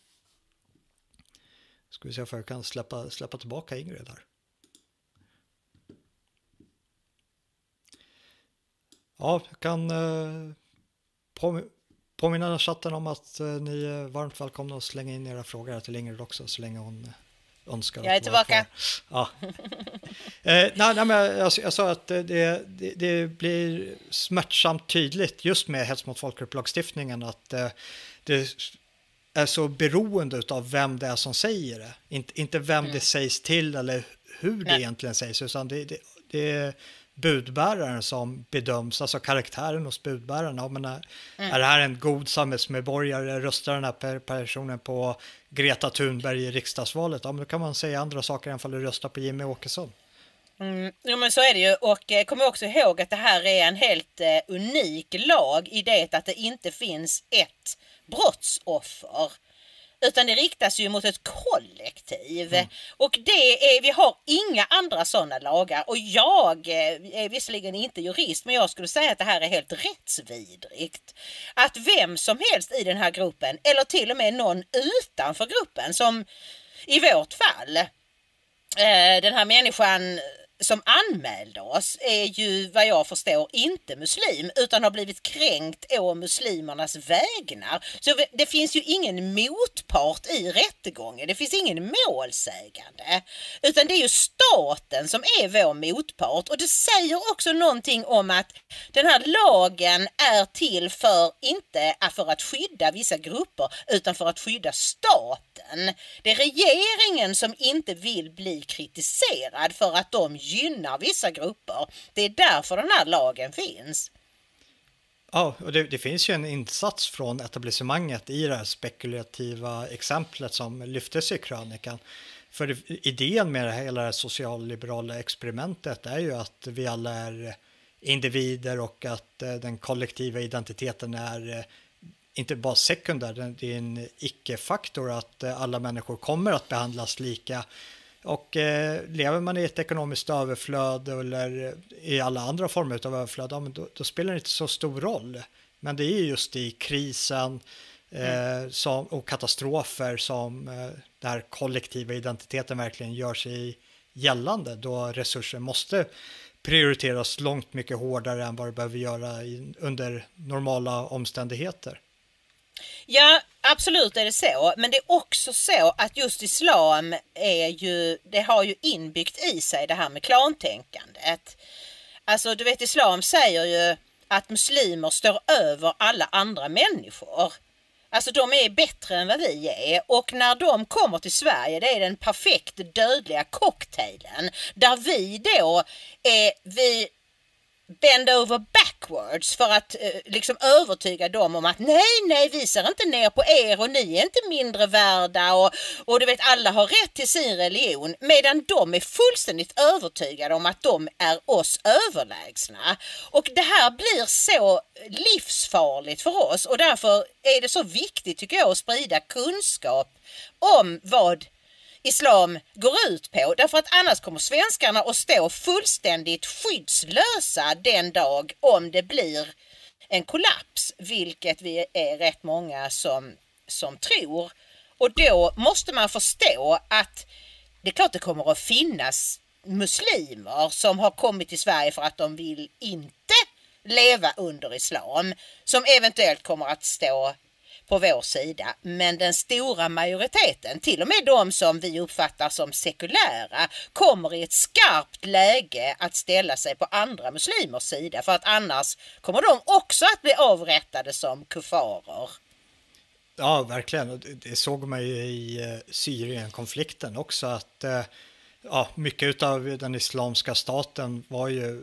Ska vi se om jag kan släppa, släppa tillbaka Ingrid där. Ja, jag kan eh, på, påminna chatten om att eh, ni är varmt välkomna att slänga in era frågor till Ingrid också, så länge hon önskar. Jag är tillbaka. Ja. eh, nej, nej, men jag, jag sa att det, det, det blir smärtsamt tydligt just med hets mot folkgrupp-lagstiftningen att eh, det är så beroende av vem det är som säger det. Inte, inte vem mm. det sägs till eller hur nej. det egentligen sägs, utan det, det, det är budbäraren som bedöms, alltså karaktären hos budbäraren. Ja, men är, mm. är det här en god samhällsmedborgare, röstar den här personen på Greta Thunberg i riksdagsvalet? Ja, men då kan man säga andra saker än fall du röstar på Jimmy Åkesson. Mm, ja, men så är det ju, och eh, kom också ihåg att det här är en helt eh, unik lag i det att det inte finns ett brottsoffer. Utan det riktas ju mot ett kollektiv. Mm. Och det är, vi har inga andra sådana lagar. Och jag är visserligen inte jurist, men jag skulle säga att det här är helt rättsvidrigt. Att vem som helst i den här gruppen, eller till och med någon utanför gruppen, som i vårt fall, den här människan som anmälde oss är ju vad jag förstår inte muslim, utan har blivit kränkt å muslimernas vägnar. Så det finns ju ingen motpart i rättegången, det finns ingen målsägande, utan det är ju staten som är vår motpart. Och det säger också någonting om att den här lagen är till för, inte för att skydda vissa grupper, utan för att skydda staten. Det är regeringen som inte vill bli kritiserad för att de gynnar vissa grupper. Det är därför den här lagen finns. Ja, och det, det finns ju en insats från etablissemanget i det här spekulativa exemplet som lyftes i krönikan. För det, idén med det här, hela det här socialliberala experimentet är ju att vi alla är individer och att eh, den kollektiva identiteten är eh, inte bara sekundär, det är en icke-faktor att alla människor kommer att behandlas lika. Och eh, lever man i ett ekonomiskt överflöd eller i alla andra former av överflöd, ja, men då, då spelar det inte så stor roll. Men det är just i krisen eh, mm. som, och katastrofer som eh, där kollektiva identiteten verkligen gör sig gällande, då resurser måste prioriteras långt mycket hårdare än vad det behöver göra i, under normala omständigheter. Ja, absolut är det så. Men det är också så att just islam är ju, det har ju inbyggt i sig det här med klantänkandet. Alltså du vet, islam säger ju att muslimer står över alla andra människor. Alltså de är bättre än vad vi är, och när de kommer till Sverige, det är den perfekt dödliga cocktailen där vi då är, vi bend over backwards för att eh, liksom övertyga dem om att nej, nej, vi ser inte ner på er och ni är inte mindre värda och, och du vet, alla har rätt till sin religion, medan de är fullständigt övertygade om att de är oss överlägsna. Och det här blir så livsfarligt för oss, och därför är det så viktigt, tycker jag, att sprida kunskap om vad islam går ut på, därför att annars kommer svenskarna att stå fullständigt skyddslösa den dag om det blir en kollaps, vilket vi är rätt många som, som tror. Och då måste man förstå att det är klart det kommer att finnas muslimer som har kommit till Sverige för att de vill inte leva under islam, som eventuellt kommer att stå på vår sida, men den stora majoriteten, till och med de som vi uppfattar som sekulära, kommer i ett skarpt läge att ställa sig på andra muslimers sida, för att annars kommer de också att bli avrättade som kufarer. Ja, verkligen. Det såg man ju i Syrien-konflikten också, att ja, mycket av den islamska staten var ju,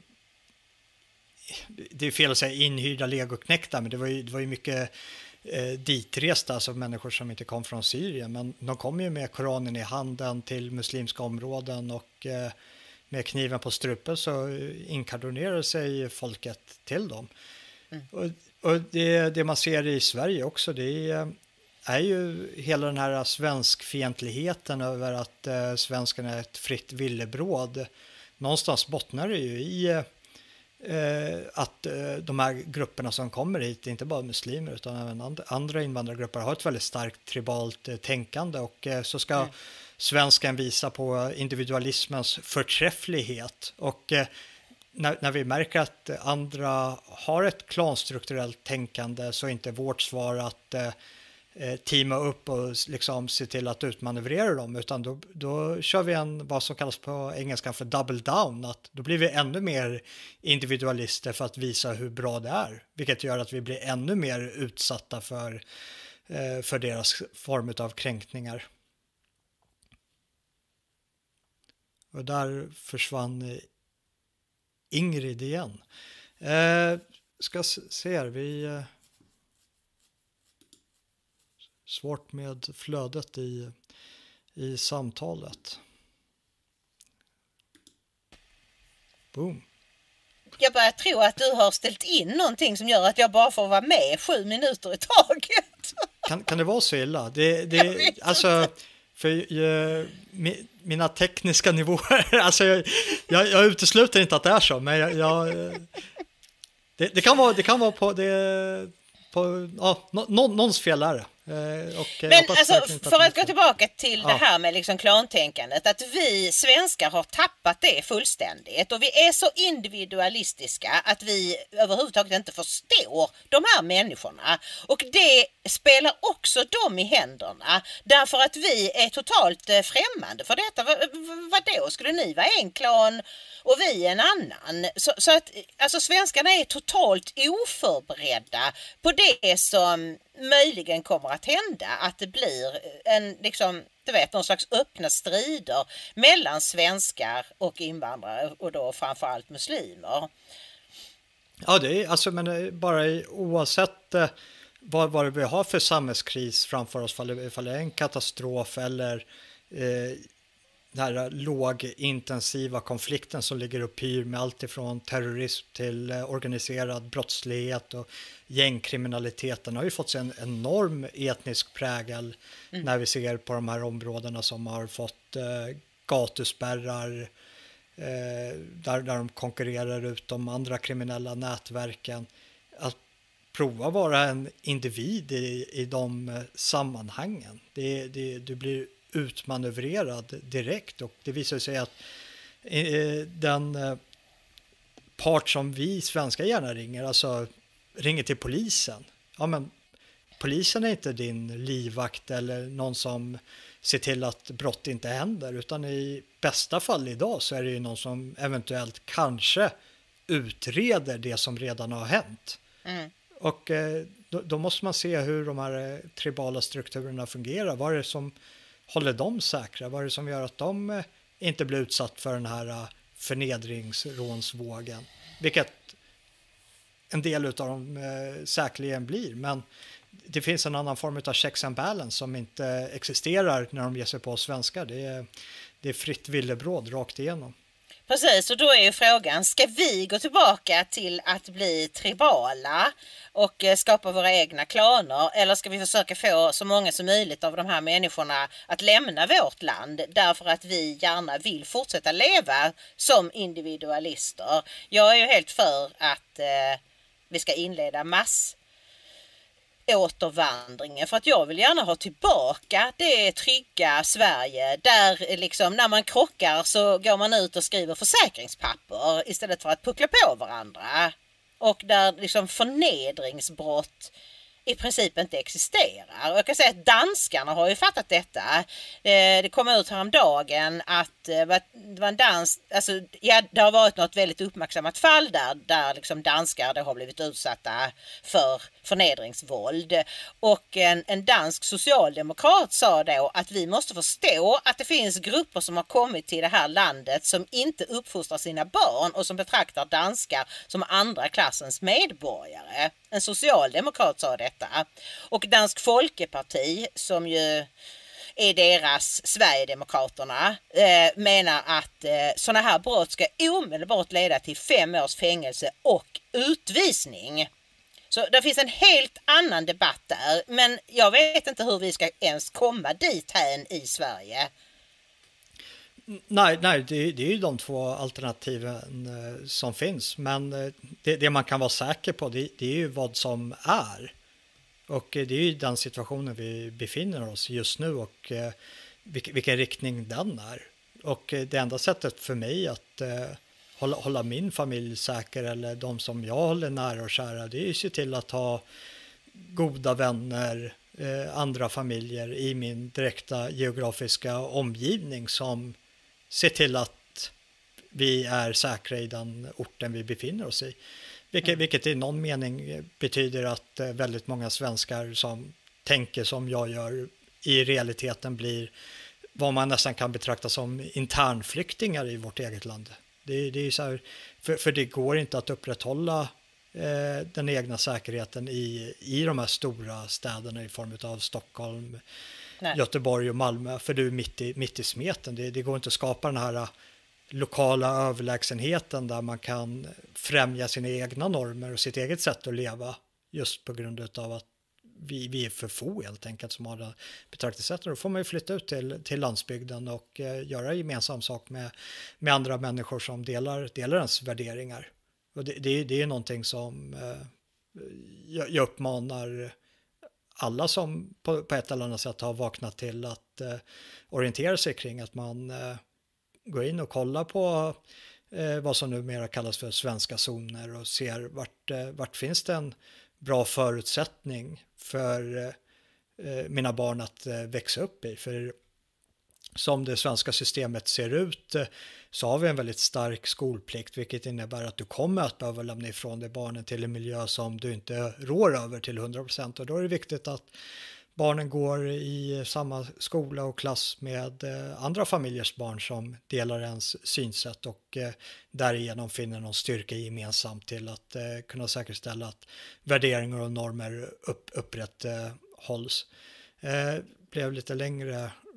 det är fel att säga inhyrda legoknektar, men det var ju, det var ju mycket ditresta, alltså människor som inte kom från Syrien, men de kom ju med Koranen i handen till muslimska områden, och eh, med kniven på strupen så inkardonerade sig folket till dem. Mm. Och, och det, det man ser i Sverige också, det är, är ju hela den här svenskfientligheten över att eh, svenskarna är ett fritt villebråd. Någonstans bottnar det ju i Eh, att eh, de här grupperna som kommer hit, inte bara muslimer utan även and- andra invandrargrupper, har ett väldigt starkt tribalt eh, tänkande, och eh, så ska mm. svenskan visa på individualismens förträfflighet, och eh, när, när vi märker att andra har ett klanstrukturellt tänkande, så är inte vårt svar att eh, teama upp och liksom se till att utmanövrera dem, utan då, då kör vi en, vad som kallas på engelska för double down, att då blir vi ännu mer individualister för att visa hur bra det är, vilket gör att vi blir ännu mer utsatta för, för deras form av kränkningar. Och där försvann Ingrid igen. Eh, ska se här, vi svårt med flödet i, i samtalet. Boom. Jag börjar tro att du har ställt in någonting som gör att jag bara får vara med sju minuter i taget. Kan, kan det vara så illa? Det, det, alltså, för jag, mina tekniska nivåer, alltså jag, jag, jag utesluter inte att det är så, men jag, jag det, det kan vara, det kan vara på det, på, ja, nå, någons fel är det. Och men alltså, för att gå tillbaka till ja. det här med liksom klantänkandet, att vi svenskar har tappat det fullständigt, och vi är så individualistiska att vi överhuvudtaget inte förstår de här människorna, och det spelar också dem i händerna, därför att vi är totalt främmande för detta. Vad, vad då? Skulle ni vara en klan och vi en annan? Så, så att alltså, svenskarna är totalt oförberedda på det som möjligen kommer att hända, att det blir en, liksom, du vet, någon slags öppna strider mellan svenskar och invandrare, och då framförallt muslimer. Ja, det är alltså, men bara oavsett eh, vad, vad vi har för samhällskris framför oss, ifall det är en katastrof eller eh, den här lågintensiva konflikten som ligger och pyr med allt ifrån terrorism till organiserad brottslighet och gängkriminaliteten har ju fått sig en enorm etnisk prägel mm. när vi ser på de här områdena som har fått eh, gatuspärrar eh, där, där de konkurrerar ut de andra kriminella nätverken. Att prova vara en individ i, i de sammanhangen. Det, det, du blir utmanövrerad direkt och det visar sig att eh, den eh, part som vi svenskar gärna ringer, alltså ringer till polisen. Ja, men polisen är inte din livvakt eller någon som ser till att brott inte händer, utan i bästa fall idag så är det ju någon som eventuellt kanske utreder det som redan har hänt. Mm. Och eh, då, då måste man se hur de här eh, tribala strukturerna fungerar. Vad är det som håller dem säkra? Vad är det som gör att de eh, inte blir utsatt för den här eh, förnedringsrånsvågen? Vilket en del av dem eh, säkerligen blir. Men det finns en annan form av checks and balance som inte existerar när de ger sig på svenskar. Det är, det är fritt villebråd rakt igenom. Precis, och då är ju frågan, ska vi gå tillbaka till att bli tribala och skapa våra egna klaner, eller ska vi försöka få så många som möjligt av de här människorna att lämna vårt land därför att vi gärna vill fortsätta leva som individualister? Jag är ju helt för att eh, vi ska inleda mass återvandringen, för att jag vill gärna ha tillbaka det trygga Sverige där liksom när man krockar så går man ut och skriver försäkringspapper istället för att puckla på varandra, och där liksom förnedringsbrott i princip inte existerar. Och jag kan säga att danskarna har ju fattat detta. Det kom ut häromdagen att det var en dans, alltså, ja, det har varit något väldigt uppmärksammat fall där, där liksom danskar det har blivit utsatta för förnedringsvåld. Och en, en dansk socialdemokrat sa då att vi måste förstå att det finns grupper som har kommit till det här landet som inte uppfostrar sina barn och som betraktar danskar som andra klassens medborgare. En socialdemokrat sa detta. Och Dansk Folkeparti, som ju är deras Sverigedemokraterna, eh, menar att eh, sådana här brott ska omedelbart leda till fem års fängelse och utvisning. Så det finns en helt annan debatt där, men jag vet inte hur vi ska ens komma dit här i Sverige. Nej, nej det, det är ju de två alternativen eh, som finns, men eh, det, det man kan vara säker på det, det är ju vad som är. Och eh, det är ju den situationen vi befinner oss just nu och eh, vilken, vilken riktning den är. Och eh, det enda sättet för mig att eh, hålla, hålla min familj säker eller de som jag håller nära och kära, det är ju se till att ha goda vänner, eh, andra familjer i min direkta geografiska omgivning som ser till att vi är säkra i den orten vi befinner oss i. Vilket, mm. vilket i någon mening betyder att väldigt många svenskar som tänker som jag gör i realiteten blir vad man nästan kan betrakta som internflyktingar i vårt eget land. Det, det är så här, för, för det går inte att upprätthålla eh, den egna säkerheten i, i de här stora städerna i form av Stockholm, Nej. Göteborg och Malmö, för du är mitt i, mitt i smeten. Det, det går inte att skapa den här lokala överlägsenheten där man kan främja sina egna normer och sitt eget sätt att leva just på grund av att vi, vi är för få helt enkelt som har det betraktelsesättet. Då får man ju flytta ut till, till landsbygden och eh, göra gemensam sak med, med andra människor som delar, delar ens värderingar. Och det, det, det är någonting som eh, jag, jag uppmanar alla som på, på ett eller annat sätt har vaknat till att eh, orientera sig kring att man eh, går in och kollar på eh, vad som numera kallas för svenska zoner och ser vart, eh, vart finns det en bra förutsättning för eh, mina barn att eh, växa upp i. För som det svenska systemet ser ut eh, så har vi en väldigt stark skolplikt, vilket innebär att du kommer att behöva lämna ifrån dig barnen till en miljö som du inte rår över till hundra procent. Och då är det viktigt att barnen går i samma skola och klass med eh, andra familjers barn som delar ens synsätt och eh, därigenom finner någon styrka gemensamt till att eh, kunna säkerställa att värderingar och normer upp, upprätthålls. Eh, blev lite längre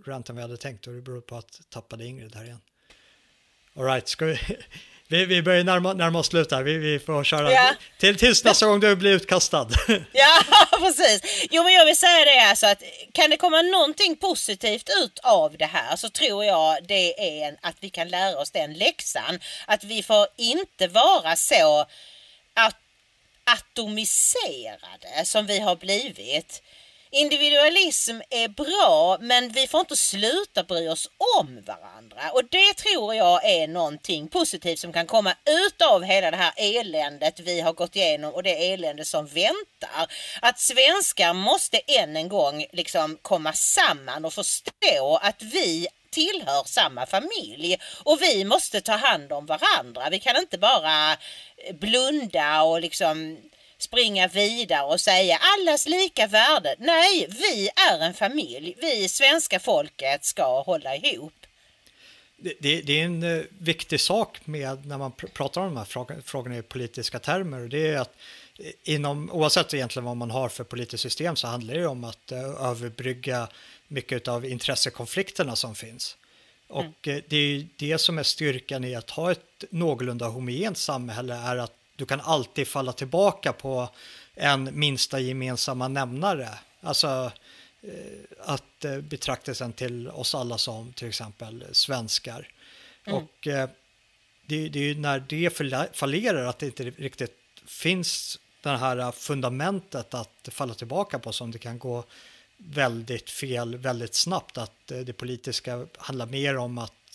ranten vi hade tänkt, och det beror på att tappade Ingrid här igen. All right, ska vi, vi, vi börjar närma, närma oss slut här. Vi, vi får köra ja. till, tills nästa gång du blir utkastad. Ja, precis. Jo, men jag vill säga det, alltså, att kan det komma någonting positivt ut av det här, så tror jag det är en, att vi kan lära oss den läxan. Att vi får inte vara så att atomiserade som vi har blivit. Individualism är bra, men vi får inte sluta bry oss om varandra. Och det tror jag är någonting positivt som kan komma ut av hela det här eländet vi har gått igenom och det elände som väntar. Att svenskar måste än en gång liksom komma samman och förstå att vi tillhör samma familj och vi måste ta hand om varandra. Vi kan inte bara blunda och liksom springa vidare och säga allas lika värde. Nej, vi är en familj. Vi svenska folket ska hålla ihop. Det, det, det är en uh, viktig sak med när man pr- pratar om de här frågorna, frågorna i politiska termer. Och det är att inom, oavsett egentligen vad man har för politiskt system, så handlar det om att uh, överbrygga mycket av intressekonflikterna som finns. Och mm. uh, det är det som är styrkan i att ha ett någorlunda homogent samhälle, är att du kan alltid falla tillbaka på en minsta gemensamma nämnare. Alltså att betraktelsen till oss alla som till exempel svenskar. Mm. Och det, det är ju när det fallerar att det inte riktigt finns det här fundamentet att falla tillbaka på, som det kan gå väldigt fel väldigt snabbt. Att det politiska handlar mer om att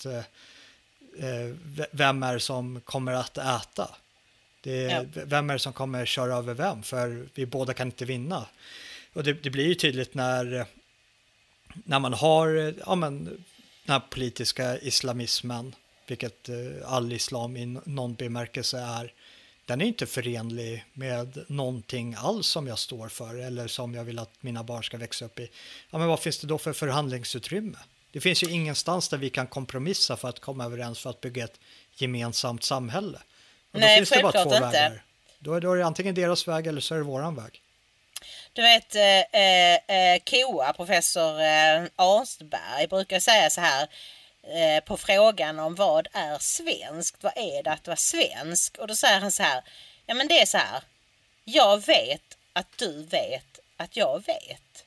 vem är som kommer att äta. Det är, ja. Vem är det som kommer köra över vem? För vi båda kan inte vinna. Och det, det blir ju tydligt när, när man har ja, men, den här politiska islamismen, vilket all islam i någon bemärkelse är. Den är inte förenlig med någonting alls som jag står för eller som jag vill att mina barn ska växa upp i. Ja, men vad finns det då för förhandlingsutrymme? Det finns ju ingenstans där vi kan kompromissa för att komma överens för att bygga ett gemensamt samhälle. Och Nej, då finns det bara två inte. vägar. Då är, då är det antingen deras väg eller så är det våran väg. Du vet, eh, eh, K O A, professor eh, Arsberg, brukar säga så här eh, på frågan om vad är svenskt, vad är det att vara svensk? Och då säger han så här, ja men det är så här, jag vet att du vet att jag vet.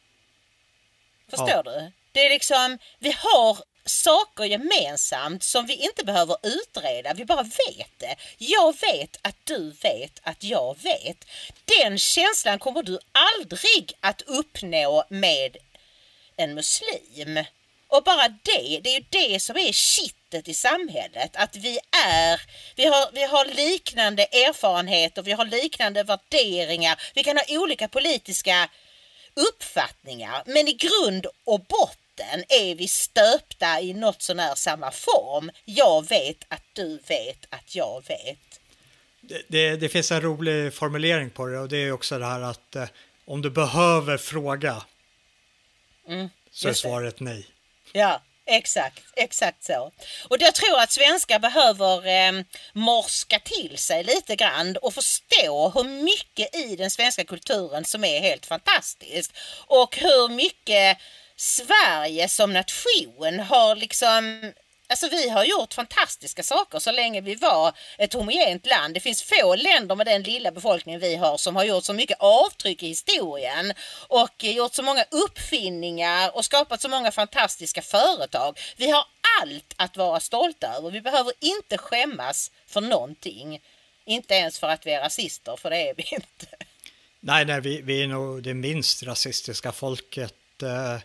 Förstår ja. du? Det är liksom, vi har saker gemensamt som vi inte behöver utreda, vi bara vet det. Jag vet att du vet att jag vet. Den känslan kommer du aldrig att uppnå med en muslim. Och bara det, det är ju det som är kittet i samhället. Att vi är, vi har, vi har liknande erfarenheter, vi har liknande värderingar. Vi kan ha olika politiska uppfattningar, men i grund och botten är vi stöpta i något sån här samma form. Jag vet att du vet att jag vet. Det, det, det finns en rolig formulering på det, och det är också det här att eh, om du behöver fråga mm, så är svaret nej. Ja, exakt, exakt så. Och jag tror att svenskar behöver eh, morska till sig lite grann och förstå hur mycket i den svenska kulturen som är helt fantastiskt. Och hur mycket Sverige som nation har liksom, alltså vi har gjort fantastiska saker så länge vi var ett homogent land. Det finns få länder med den lilla befolkningen vi har som har gjort så mycket avtryck i historien och gjort så många uppfinningar och skapat så många fantastiska företag. Vi har allt att vara stolta över. Vi behöver inte skämmas för någonting. Inte ens för att vi är rasister, för det är vi inte. Nej, nej vi, vi är nog det minst rasistiska folket eh,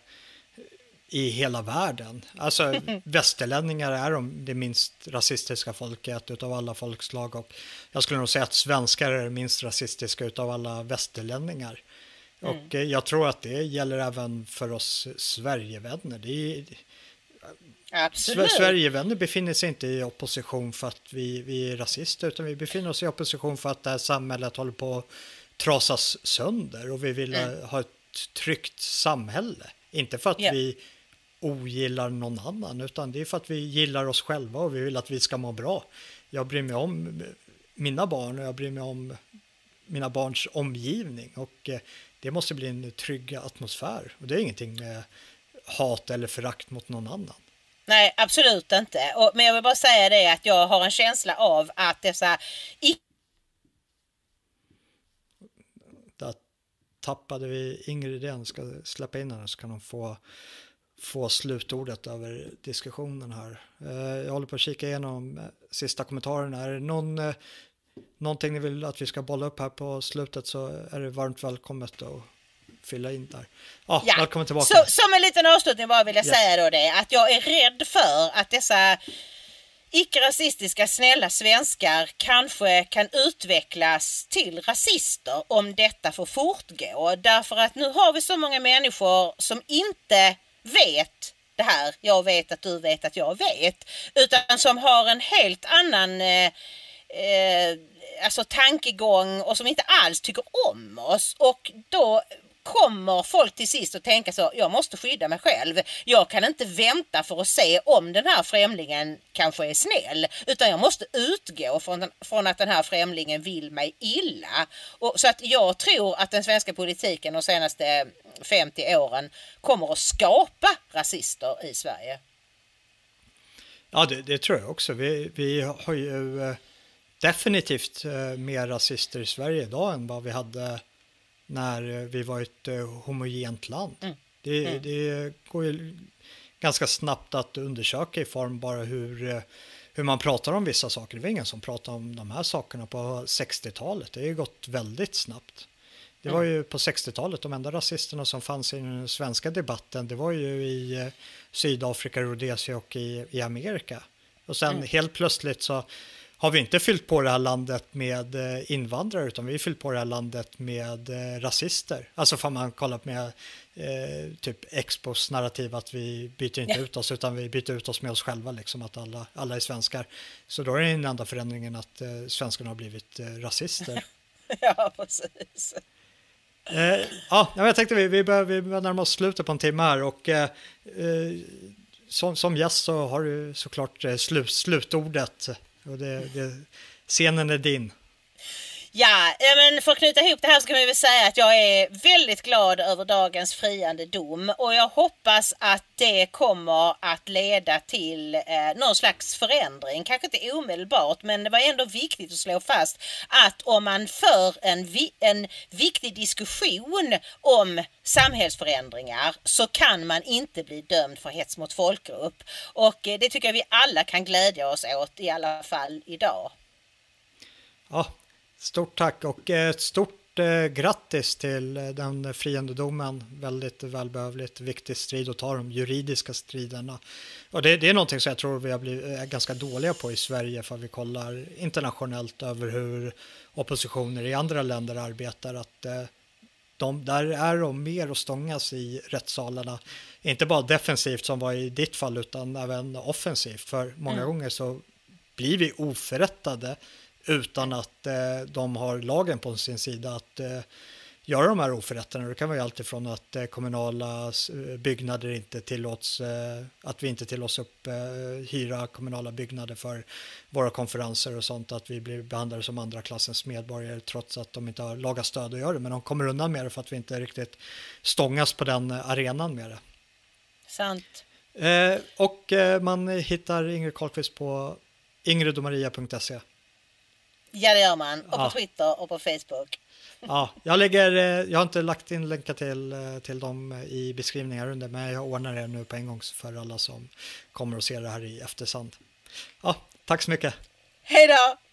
i hela världen. Alltså västerlänningar är de det minst rasistiska folket utav alla folkslag, och jag skulle nog säga att svenskar är det minst rasistiska utav alla västerlänningar. Mm. Och eh, jag tror att det gäller även för oss Sverigevänner. Det är, Absolut. Sverigevänner befinner sig inte i opposition för att vi, vi är rasister, utan vi befinner oss i opposition för att det här samhället håller på att trasas sönder och vi vill mm. ha ett tryggt samhälle. Inte för att yeah. vi ogillar någon annan, utan det är för att vi gillar oss själva och vi vill att vi ska må bra. Jag bryr mig om mina barn och jag bryr mig om mina barns omgivning, och det måste bli en trygg atmosfär. Och det är ingenting med hat eller förakt mot någon annan. Nej, absolut inte. Och, men jag vill bara säga det att jag har en känsla av att dessa icke... Där tappade vi Ingrid igen, ska släppa in henne så kan hon få, få slutordet över diskussionen här. Jag håller på att kika igenom sista kommentarerna. Är det någon, någonting ni vill att vi ska bolla upp här på slutet så är det varmt välkommet att fylla in där. Ah, ja, välkommen tillbaka. Så, som en liten avslutning bara vill jag yes. säga då det att jag är rädd för att dessa icke-rasistiska snälla svenskar kanske kan utvecklas till rasister om detta får fortgå. Därför att nu har vi så många människor som inte vet det här. Jag vet att du vet att jag vet. Utan som har en helt annan eh, eh, alltså tankegång och som inte alls tycker om oss. Och då kommer folk till sist att tänka så, jag måste skydda mig själv. Jag kan inte vänta för att se om den här främlingen kanske är snäll. Utan jag måste utgå från, den, från att den här främlingen vill mig illa. Och, så att jag tror att den svenska politiken de senaste femtio åren kommer att skapa rasister i Sverige. Ja, det, det tror jag också. Vi, vi har ju eh, definitivt eh, mer rasister i Sverige idag än vad vi hade när vi var ett uh, homogent land. Mm. Det, mm. det går ju ganska snabbt att undersöka i form bara hur, uh, hur man pratar om vissa saker. Det var ingen som pratade om de här sakerna på sextiotalet. Det har ju gått väldigt snabbt. Det var ju på sextiotalet, de enda rasisterna som fanns i den svenska debatten, det var ju i uh, Sydafrika, Rhodesia och i, i Amerika. Och sen mm. helt plötsligt så har vi inte fyllt på det här landet med invandrare utan vi har fyllt på det här landet med rasister. Alltså får man kolla med eh, typ Expos narrativ att vi byter inte ja. ut oss utan vi byter ut oss med oss själva liksom att alla, alla är svenskar. Så då är den enda förändringen att eh, svenskarna har blivit eh, rasister. Ja, precis. Eh, ja, jag tänkte vi, vi börjar, vi börjar närma oss slutet på en timme här och eh, som, som gäst så har du såklart eh, slut, slutordet. Och det, det, scenen är din. Ja, men för att knyta ihop det här så kan vi väl säga att jag är väldigt glad över dagens friande dom och jag hoppas att det kommer att leda till eh, någon slags förändring. Kanske inte omedelbart, men det var ändå viktigt att slå fast att om man för en, vi, en viktig diskussion om samhällsförändringar så kan man inte bli dömd för hets mot folkgrupp. Och eh, det tycker jag vi alla kan glädja oss åt, i alla fall idag. Ja. Stort tack och ett stort eh, grattis till den friande domen. Väldigt välbehövligt, viktig strid att ta de juridiska striderna. Och det, det är någonting som jag tror vi har blivit är ganska dåliga på i Sverige för vi kollar internationellt över hur oppositioner i andra länder arbetar. Att eh, de, där är de mer att stångas i rättssalarna. Inte bara defensivt som var i ditt fall utan även offensivt. För många mm. gånger så blir vi oförrättade utan att eh, de har lagen på sin sida att eh, göra de här oförrätterna. Det kan vara allt ifrån att eh, kommunala byggnader inte tillåts, eh, att vi inte tillåts upp eh, hyra kommunala byggnader för våra konferenser och sånt, att vi blir behandlade som andra klassens medborgare trots att de inte har laga stöd att göra det. Men de kommer undan med det för att vi inte riktigt stångas på den arenan med det. Sant. Eh, och eh, man hittar Ingrid Carlqvist på ingridomaria punkt se. Ja, det gör man. Och på ja. Twitter och på Facebook. Ja, jag, lägger, jag har inte lagt in länkar till, till dem i beskrivningar under, men jag ordnar det nu på en gång för alla som kommer att se det här i efterhand. Ja, tack så mycket. Hej då!